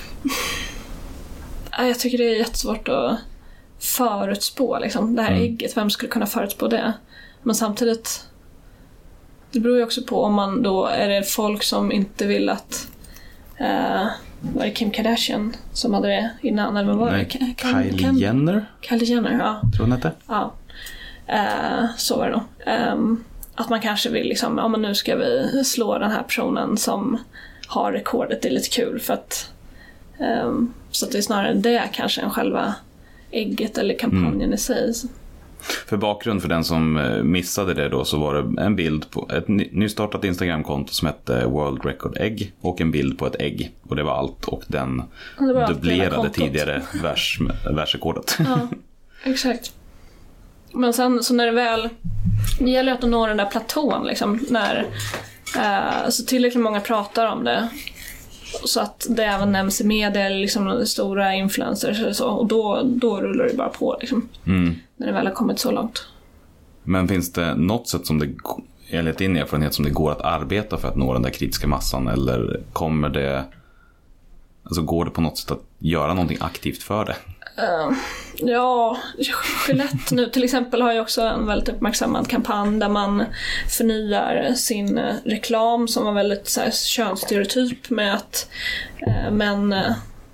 jag tycker det är jättesvårt att förutspå liksom. Det här mm. ägget, vem skulle kunna förutspå det? Men samtidigt, det beror ju också på om man då, är det folk som inte vill att eh, var det Kim Kardashian som hade det innan, eller vad var det? Nej, Kim, Kylie Kim, Jenner? Kylie Jenner, ja. Tror hon hette? Ja. Eh, så var det då. Eh, att man kanske vill liksom, ja men nu ska vi slå den här personen som har rekordet, det är lite kul för att Um, så att det är snarare det kanske än själva ägget eller kampanjen mm. i sig. För bakgrund för den som missade det då, så var det en bild på ett nystartat Instagram-konto som hette World Record Egg och en bild på ett ägg, och det var allt, och den och dubblerade tidigare världs, världsrekordet. Ja, exakt. Men sen så när det väl, det gäller att nå den där platån liksom, när uh, så tillräckligt många pratar om det så att det även nämns i media eller liksom stora influencers eller så, och då, då rullar det bara på liksom, mm. när det väl har kommit så långt. Men finns det något sätt som det, enligt din erfarenhet, som det går att arbeta för att nå den där kritiska massan, eller kommer det, alltså går det på något sätt att göra någonting aktivt för det? Uh, ja, Gillette nu till exempel har ju också en väldigt uppmärksammad kampanj där man förnyar sin reklam som var väldigt så här, könsstereotyp, med att uh, män uh,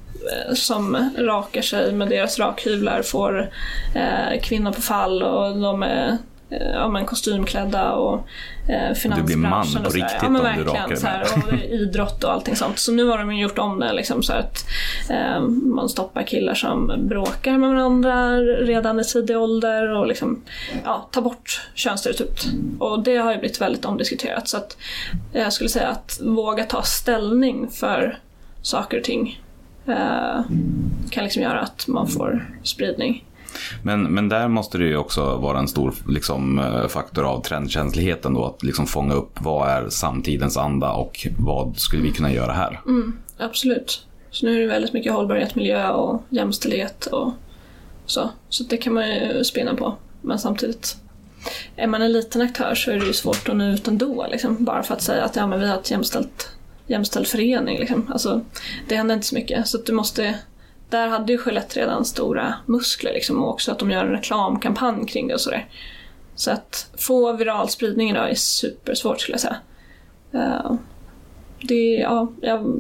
som rakar sig med deras rakhyvlar får uh, kvinnor på fall, och de är ja, men kostymklädda och eh, finansbranschen. Du blir man på riktigt, ja, men om du rakar så här, och idrott och allting sånt. Så nu har de gjort om det liksom, så att eh, man stoppar killar som bråkar med varandra redan i tidig ålder, och liksom, ja, ta bort könsstereotyp. Och det har ju blivit väldigt omdiskuterat, så att jag skulle säga att våga ta ställning för saker och ting eh, kan liksom göra att man får spridning. Men, men där måste det ju också vara en stor liksom, faktor av trendkänsligheten då, att liksom fånga upp vad är samtidens anda och vad skulle vi kunna göra här. Mm, absolut. Så nu är det väldigt mycket hållbarhet, miljö och jämställdhet och så. Så det kan man ju spinna på. Men samtidigt, är man en liten aktör så är det ju svårt att nå ut ändå. Liksom, bara för att säga att ja, men vi har ett jämställt, jämställd förening. Liksom. Alltså, det händer inte så mycket. Så att du måste... Där hade ju Gillette redan stora muskler liksom, och också att de gör en reklamkampanj kring det och sådär. Så att få viral spridning idag är supersvårt, skulle jag säga. Uh, det, ja, jag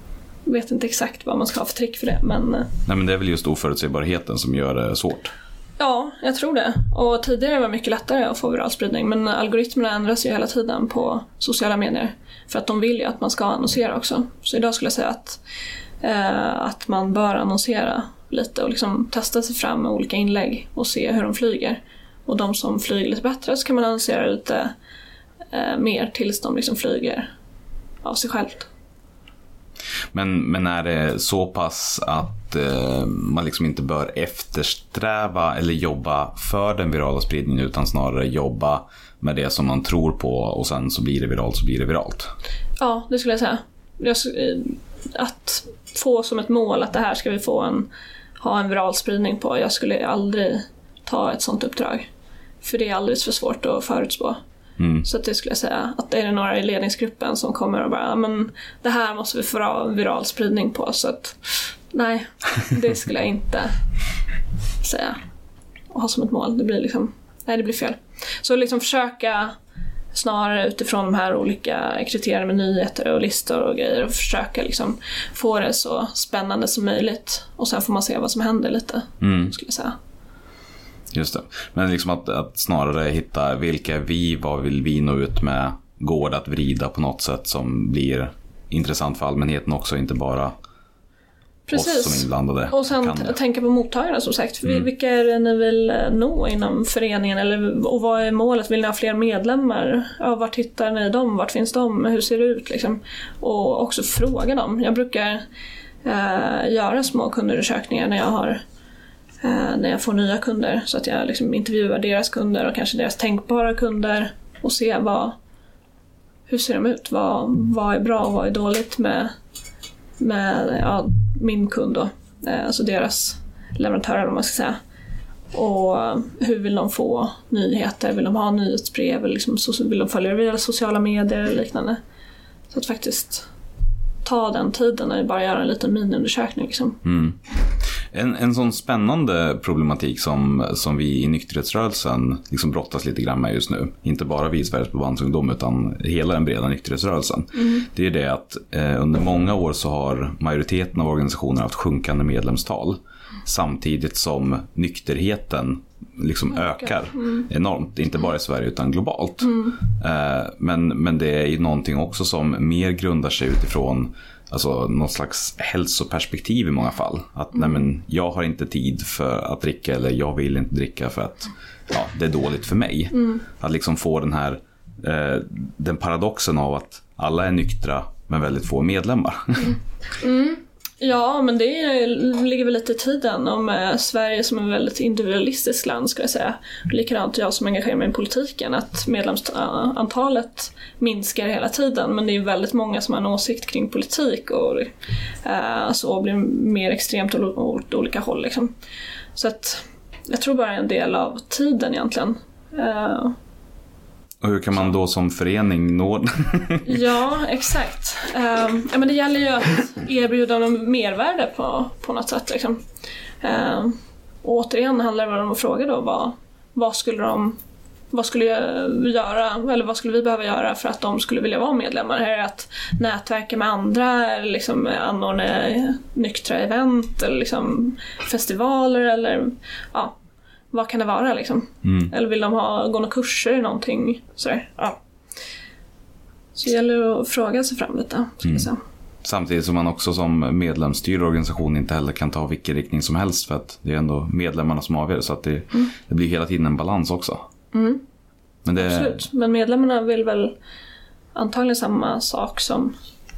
vet inte exakt vad man ska ha för trick för det, men... Nej, men det är väl just oförutsägbarheten som gör det svårt. Ja, jag tror det. Och tidigare var det mycket lättare att få viral spridning, men algoritmerna ändras ju hela tiden på sociala medier. För att de vill ju att man ska annonsera också. Så idag skulle jag säga att, eh, att man bör annonsera lite och liksom testa sig fram med olika inlägg och se hur de flyger. Och de som flyger lite bättre så kan man annonsera lite eh, mer tills de liksom flyger av sig självt. Men, men är det så pass att eh, man liksom inte bör eftersträva eller jobba för den virala spridningen utan snarare jobba med det som man tror på och sen så blir det viralt så blir det viralt? Ja, det skulle jag säga. Jag, att få som ett mål att det här ska vi få en, ha en viral spridning på. Jag skulle aldrig ta ett sånt uppdrag. För det är alldeles för svårt att förutspå. Mm. Så att det skulle jag säga att det är några i ledningsgruppen som kommer och bara, men det här måste vi få ha viral spridning på. Så att nej, det skulle jag inte säga och ha som ett mål. Det blir liksom, nej det blir fel. Så liksom försöka snarare utifrån de här olika kriterierna med nyheter och listor och grejer och försöka liksom få det så spännande som möjligt och sen får man se vad som händer lite, mm. skulle jag säga. Just det. Men liksom att, att snarare hitta vilka är vi, vad vill vi nå ut med, går det att vrida på något sätt som blir intressant för allmänheten också, inte bara Precis. Oss som inblandade. Och sen t- tänka på mottagarna som sagt. Mm. Vilka är det ni vill nå inom föreningen? Eller, och vad är målet? Vill ni ha fler medlemmar? Ja, vart hittar ni dem? Vart finns de? Hur ser det ut? Liksom? Och också fråga dem. Jag brukar eh, göra små kundundersökningar när jag har eh, när jag får nya kunder. Så att jag liksom intervjuar deras kunder och kanske deras tänkbara kunder och se vad, hur ser de ut? Vad, vad är bra och vad är dåligt med med ja, min kund då, alltså deras leverantörer om man ska säga. Och hur vill de få nyheter? Vill de ha nyhetsbrev? Eller liksom, vill de följa via sociala medier eller liknande? Så att faktiskt ta den tiden och bara göra en liten miniundersökning. Liksom. Mm. En, en sån spännande problematik som, som vi i nykterhetsrörelsen liksom brottas lite grann med just nu. Inte bara vi i Sveriges förbandsungdom utan hela den breda nykterhetsrörelsen. Mm. Det är det att eh, under många år så har majoriteten av organisationer haft sjunkande medlemstal. Mm. Samtidigt som nykterheten liksom ökar mm. enormt. Inte bara i Sverige utan globalt. Mm. Eh, men, men det är ju någonting också som mer grundar sig utifrån alltså någon slags hälsoperspektiv i många fall. Att mm. nej men, jag har inte tid för att dricka eller jag vill inte dricka för att ja, det är dåligt för mig. Mm. Att liksom få den här eh, den paradoxen av att alla är nyktra men väldigt få medlemmar. Mm. Mm. Ja, men det ligger väl lite i tiden om eh, Sverige som är väldigt individualistiskt land ska jag säga. Likadant jag som engagerar mig i politiken att medlemsantalet minskar hela tiden men det är väldigt många som har en åsikt kring politik och eh, så blir mer extremt åt olika håll liksom. Så att jag tror bara en del av tiden egentligen. Eh, Och hur kan man då som förening nå? Ja, exakt. Um, ja, men det gäller ju att erbjuda dem mervärde på, på något sätt. Liksom. Um, och återigen handlar det om att fråga då vad, vad skulle de vad skulle jag göra eller vad skulle vi behöva göra för att de skulle vilja vara medlemmar? Är det att nätverka med andra eller liksom anordna nyktra event eller liksom festivaler eller ja. Vad kan det vara liksom? Mm. Eller vill de ha, gå några kurser i någonting? Sådär. Ja. Så det gäller att fråga sig fram lite. Ska mm. säga. Samtidigt som man också som medlemsstyrd organisation inte heller kan ta vilken riktning som helst. För att det är ändå medlemmarna som avgör. Så att det, mm. det blir hela tiden en balans också. Mm. Men det... Absolut. Men medlemmarna vill väl antagligen samma sak som,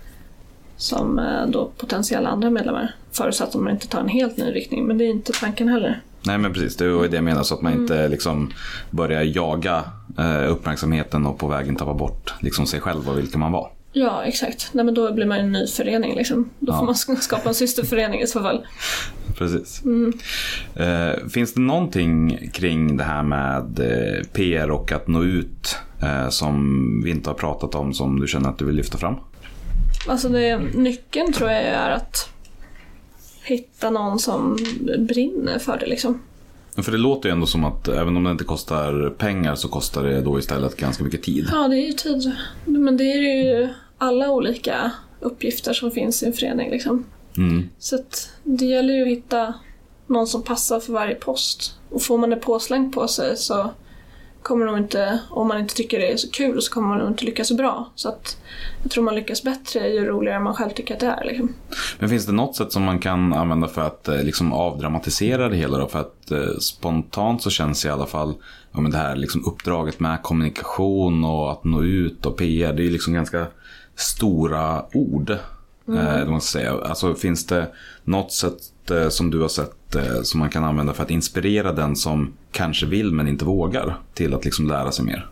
som då potentiella andra medlemmar. Förutsatt att man inte tar en helt ny riktning. Men det är inte tanken heller. Nej men precis, det är det jag menar så att man mm. inte liksom börjar jaga eh, uppmärksamheten och på vägen tappa bort liksom sig själv och vilka man var. Ja, exakt. Nej, men då blir man en ny förening liksom. Då ja. får man skapa en systerförening i så fall. Precis. Mm. Eh, finns det någonting kring det här med eh, P R och att nå ut eh, som vi inte har pratat om som du känner att du vill lyfta fram? Alltså det, nyckeln tror jag är att hitta någon som brinner för det liksom. För det låter ju ändå som att även om det inte kostar pengar så kostar det då istället ganska mycket tid. Ja, det är ju tid. Men det är ju alla olika uppgifter som finns i en förening liksom. Mm. Så att det gäller ju att hitta någon som passar för varje post. Och får man det påslängt på sig så kommer de inte, om man inte tycker det är så kul, så kommer man inte lyckas så bra. Så att jag tror man lyckas bättre ju roligare man själv tycker att det är. Liksom. Men finns det något sätt som man kan använda för att liksom avdramatisera det hela då? För att eh, spontant så känns i alla fall ja, men det här liksom uppdraget med kommunikation och att nå ut och P R, det är liksom ganska stora ord. Mm. Eh, man ska säga. Alltså, finns det något sätt eh, som du har sett eh, som man kan använda för att inspirera den som kanske vill men inte vågar till att liksom lära sig mer?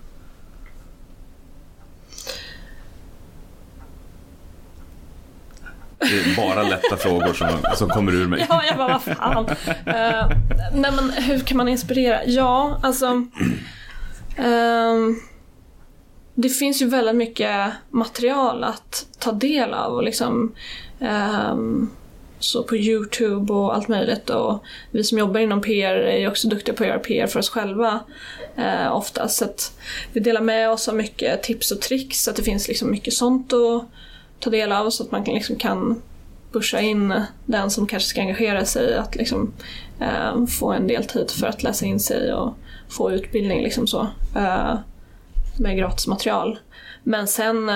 Det är bara lätta frågor som, som kommer ur mig. Ja, jag bara, vad fan. uh, nej, men hur kan man inspirera? Ja, alltså uh, det finns ju väldigt mycket material att ta del av och liksom um, så på YouTube och allt möjligt, och vi som jobbar inom P R är ju också duktiga på att göra P R för oss själva uh, ofta, så att vi delar med oss av mycket tips och tricks, så att det finns liksom mycket sånt att ta del av, så att man kan, liksom kan pusha in den som kanske ska engagera sig att liksom uh, få en del tid för att läsa in sig och få utbildning liksom så. Uh, med gratis material. Men sen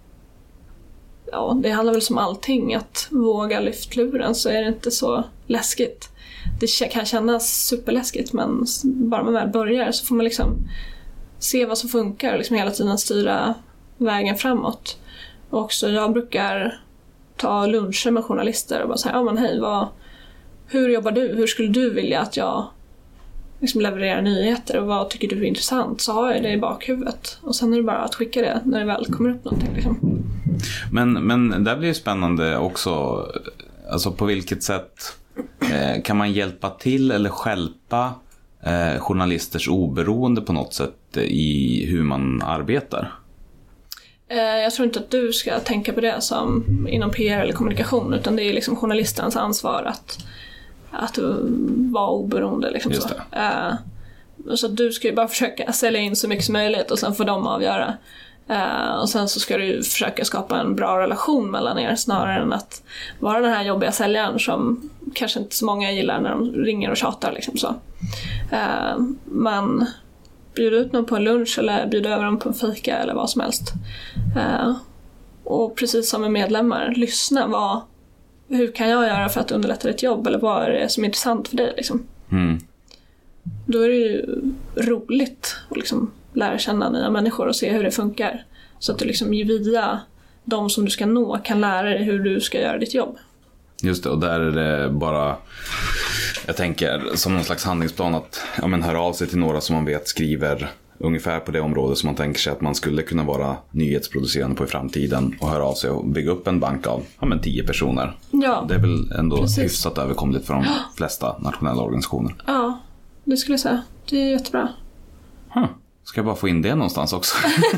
ja, det handlar väl som allting, att våga lyfta luren, så är det inte så läskigt. Det kan kännas superläskigt, men bara man väl börjar så får man liksom se vad som funkar och liksom hela tiden styra vägen framåt. Och också jag brukar ta luncher med journalister och bara säga, ja men hej, vad, hur jobbar du? Hur skulle du vilja att jag liksom leverera nyheter, och vad tycker du är intressant, så har jag det i bakhuvudet, och sen är det bara att skicka det när det väl kommer upp någonting liksom. Men, men det blir ju spännande också, alltså på vilket sätt eh, kan man hjälpa till eller hjälpa eh, journalisters oberoende på något sätt i hur man arbetar? Eh, jag tror inte att du ska tänka på det som inom P R eller kommunikation, utan det är liksom journalistens ansvar att att vara oberoende liksom. Så. Uh, så du ska ju bara försöka sälja in så mycket som möjligt, och sen får de avgöra. Uh, och sen så ska du försöka skapa en bra relation mellan er, snarare än att vara den här jobbiga säljaren som kanske inte så många gillar när de ringer och tjatar liksom så. Uh, man bjuder ut någon på en lunch eller bjuder över dem på en fika eller vad som helst. Uh, och precis som med medlemmar, lyssna, vad hur kan jag göra för att underlätta ditt jobb, eller vad är det som är intressant för dig liksom. Mm. Då är det ju roligt att liksom lära känna nya människor och se hur det funkar, så att du liksom via de som du ska nå kan lära dig hur du ska göra ditt jobb. Just det, och där är det bara, jag tänker som någon slags handlingsplan att ja, men hör av sig till några som man vet skriver ungefär på det område som man tänker sig att man skulle kunna vara nyhetsproducerande på i framtiden, och höra av sig och bygga upp en bank av ja, men tio personer. Ja, det är väl ändå precis. Hyfsat överkomligt för de flesta nationella organisationer. Ja, det skulle jag säga. Det är jättebra. Huh. Ska jag bara få in det någonstans också?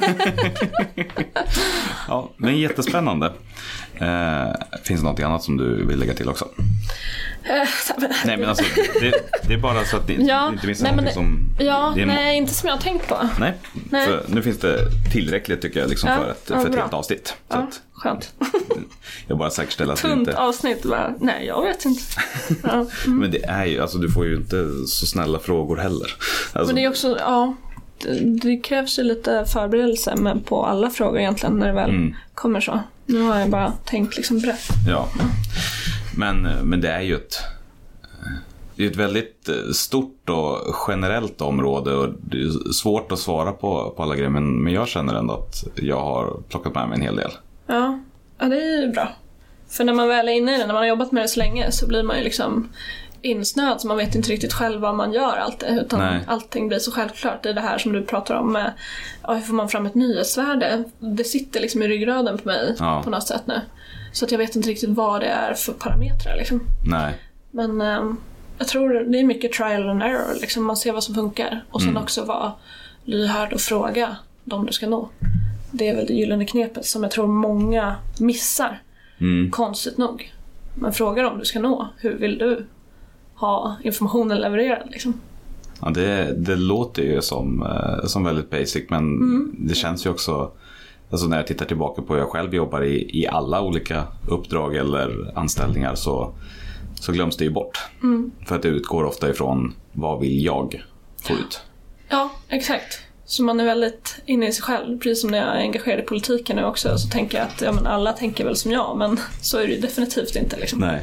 Ja, men jättespännande. Eh, finns det något annat som du vill lägga till också? Nej, men alltså det, det är bara så att det ja, inte finns nej, något det, som ja, det är nej, inte som jag har tänkt på. Nej, nej. För nu finns det tillräckligt tycker jag liksom, ja, för ett, ja, för ett bra. helt avsnitt. Så ja, att, skönt. jag bara säkerställer att Tunt det inte... avsnitt bara. Nej, jag vet inte. Ja. Mm. Men det är ju, alltså du får ju inte så snälla frågor heller. Alltså, men det är också, ja, det, det krävs ju lite förberedelse med på alla frågor egentligen när det väl mm. kommer så. Nu har jag bara tänkt liksom brett. Ja, men, men det är ju ett... Det är ett väldigt stort och generellt område, och det är svårt att svara på, på alla grejer, men, men jag känner ändå att jag har plockat med mig en hel del. Ja, ja, det är ju bra. För när man väl är inne i det, när man har jobbat med det så länge, så blir man ju liksom insnöd, så man vet inte riktigt själv vad man gör alltid, utan Nej. allting blir så självklart. Det är det här som du pratar om med, ja, hur får man fram ett nyhetsvärde? Det sitter liksom i ryggraden på mig ja. på något sätt nu. Så att jag vet inte riktigt vad det är för parametrar liksom. Nej. Men um, jag tror det är mycket trial and error liksom. Man ser vad som funkar, och sen mm. också vara lyhörd och fråga de du ska nå. Det är väl det gyllene knepet som jag tror många missar mm. konstigt nog. Man frågar om du ska nå, hur vill du ha informationen levererad liksom. Ja, det, det låter ju som, som väldigt basic, men mm. det känns ju också, alltså när jag tittar tillbaka på hur jag själv jobbar i, i alla olika uppdrag eller anställningar, så så glöms det ju bort. Mm. För att det utgår ofta ifrån vad vill jag få ut. Ja, exakt. Så man är väldigt inne i sig själv. Precis som när jag är engagerad i politiken nu också, så tänker jag att ja, men alla tänker väl som jag, men så är det definitivt inte. Liksom. Nej.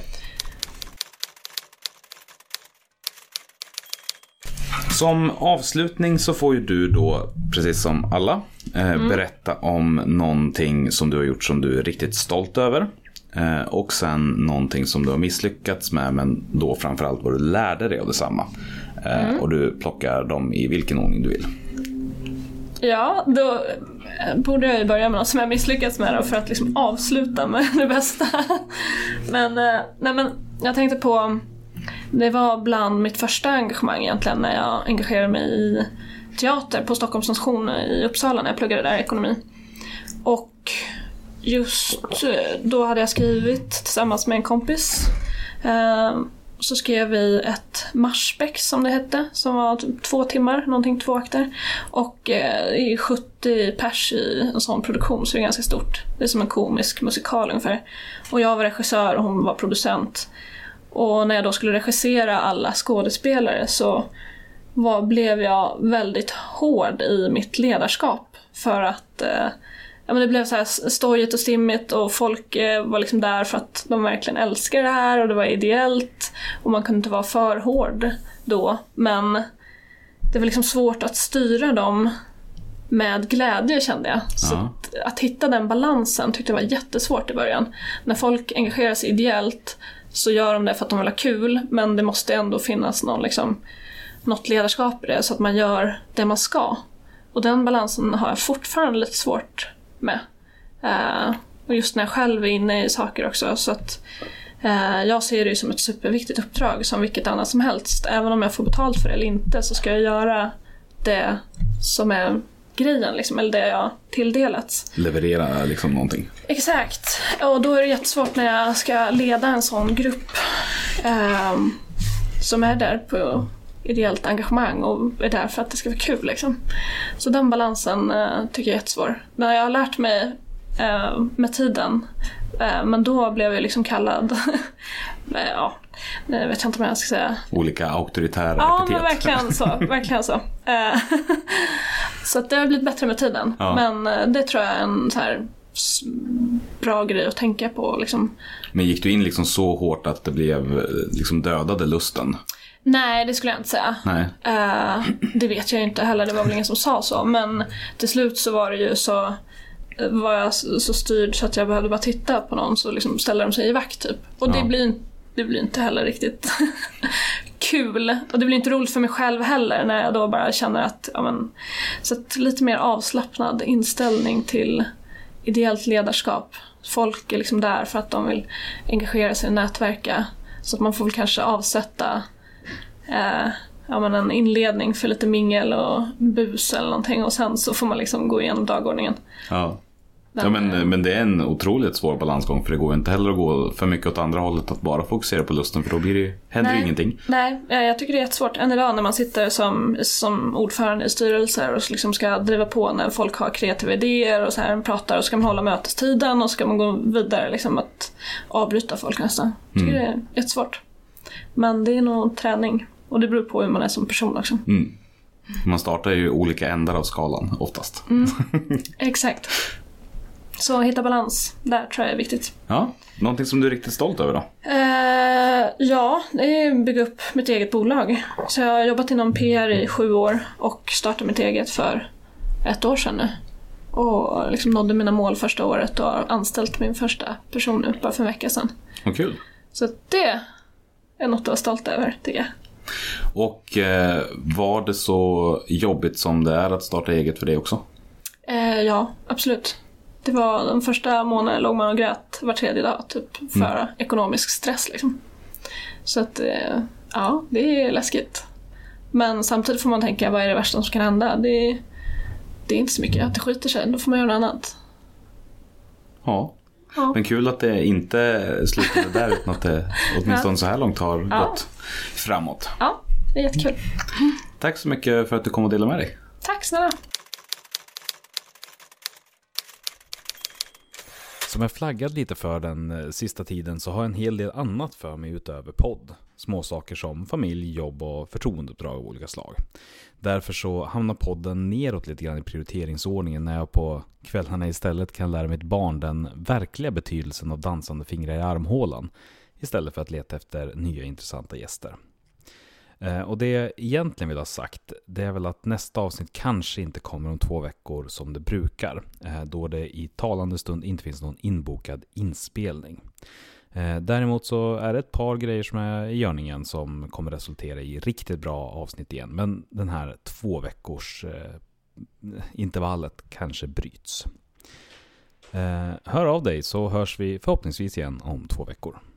Som avslutning så får ju du då, precis som alla, eh, mm. berätta om någonting som du har gjort som du är riktigt stolt över. Eh, och sen någonting som du har misslyckats med, men då framförallt vad du lärde dig av detsamma. Eh, mm. Och du plockar dem i vilken ordning du vill. Ja, då borde jag ju börja med något som jag misslyckats med då, för att liksom avsluta med det bästa. men, eh, nej, men jag tänkte på... Det var bland mitt första engagemang egentligen när jag engagerade mig i teater på Stockholms station i Uppsala när jag pluggade där ekonomi. Och just då hade jag skrivit tillsammans med en kompis. Så skrev vi ett Marsbäck som det hette, som var typ två timmar, någonting två akter. Och det är sjuttio pers i en sån produktion, så det är ganska stort. Det är som en komisk musikal ungefär. Och jag var regissör och hon var producent. Och när jag då skulle regissera alla skådespelare så var, blev jag väldigt hård i mitt ledarskap. För att eh, ja, men det blev så här stojigt och stimmigt och folk eh, var liksom där för att de verkligen älskar det här och det var ideellt. Och man kunde inte vara för hård då. Men det var liksom svårt att styra dem med glädje, kände jag. Så att, att hitta den balansen tyckte jag var jättesvårt i början. När folk engagerar sig ideellt så gör de det för att de vill ha kul, men det måste ändå finnas någon, liksom, något ledarskap i det så att man gör det man ska. Och den balansen har jag fortfarande lite svårt med. Uh, och just när jag själv är inne i saker också. Så att uh, jag ser det som ett superviktigt uppdrag som vilket annat som helst. Även om jag får betalt för det eller inte så ska jag göra det som är grejen, liksom, eller det jag tilldelats. Leverera liksom någonting. Exakt. Och då är det jättesvårt när jag ska leda en sån grupp eh, som är där på ideellt engagemang och är där för att det ska vara kul. Liksom. Så den balansen eh, tycker jag är jättesvår. När jag har lärt mig eh, med tiden, eh, men då blev jag liksom kallad ja, jag vet inte om jag ska säga olika auktoritära ja, epitet. men verkligen så, verkligen så. Så att det har blivit bättre med tiden. Ja. Men det tror jag är en så här bra grej att tänka på liksom. Men gick du in liksom så hårt att det blev liksom dödade lusten? Nej, det skulle jag inte säga. Nej. Uh, det vet jag inte heller, det var väl ingen som sa så. Men till slut så var det ju så var jag så styrd så att jag behövde bara titta på någon så liksom ställer de sig i vakt typ. Och ja. det blir det blir inte heller riktigt kul. Och det blir inte roligt för mig själv heller när jag då bara känner att ja, men, så att lite mer avslappnad inställning till ideellt ledarskap. Folk är liksom där för att de vill engagera sig och nätverka. Så att man får väl kanske avsätta eh, ja, men en inledning för lite mingel och bus eller någonting. Och sen så får man liksom gå igenom dagordningen. Ja. Ja, men, men det är en otroligt svår balansgång, för det går inte heller att gå för mycket åt andra hållet, att bara fokusera på lusten, för då blir det, händer nej, det ingenting. Nej, jag tycker det är jättesvårt. Än idag när man sitter som, som ordförande i styrelser och liksom ska driva på när folk har kreativa idéer och så här pratar, och ska man hålla mötestiden och ska man gå vidare liksom att avbryta folk nästan. Jag tycker mm. det är jättesvårt. Men det är nog träning, och det beror på hur man är som person också. Mm. Man startar ju olika ändar av skalan oftast. Mm. Exakt. Så hitta balans, där tror jag är viktigt. Ja, någonting som du är riktigt stolt över då? Uh, ja, det är att bygga upp mitt eget bolag. Så jag har jobbat inom P R i sju år och startade mitt eget för ett år sedan nu. Och liksom nådde mina mål första året och har anställt min första person nu bara för en vecka sedan. Vad kul. Så det är något att vara stolt över, tycker jag. Och eh, var det så jobbigt som det är att starta eget för dig också? Uh, ja, absolut. Det var den första månaden låg man och grät var tredje dag typ, för mm. ekonomisk stress liksom. Så att ja, det är läskigt. Men samtidigt får man tänka, vad är det värsta som kan hända? Det, det är inte så mycket att det skiter sig, då får man göra något annat. Ja, ja. Men kul att det inte slutade där utan att det åtminstone ja. så här långt har ja. gått framåt. Ja, det är jättekul. Tack så mycket för att du kom och delade med dig. Tack snälla. Som jag flaggat lite för den sista tiden så har jag en hel del annat för mig utöver podd. Småsaker som familj, jobb och förtroendeuppdrag av olika slag. Därför så hamnar podden neråt lite grann i prioriteringsordningen när jag på kvällarna istället kan lära mitt barn den verkliga betydelsen av dansande fingrar i armhålan istället för att leta efter nya intressanta gäster. Och det jag egentligen vill ha sagt, det är väl att nästa avsnitt kanske inte kommer om två veckor som det brukar, då det i talande stund inte finns någon inbokad inspelning. Däremot så är det ett par grejer som är i görningen som kommer resultera i riktigt bra avsnitt igen, men den här två veckors intervallet kanske bryts. Hör av dig så hörs vi förhoppningsvis igen om två veckor.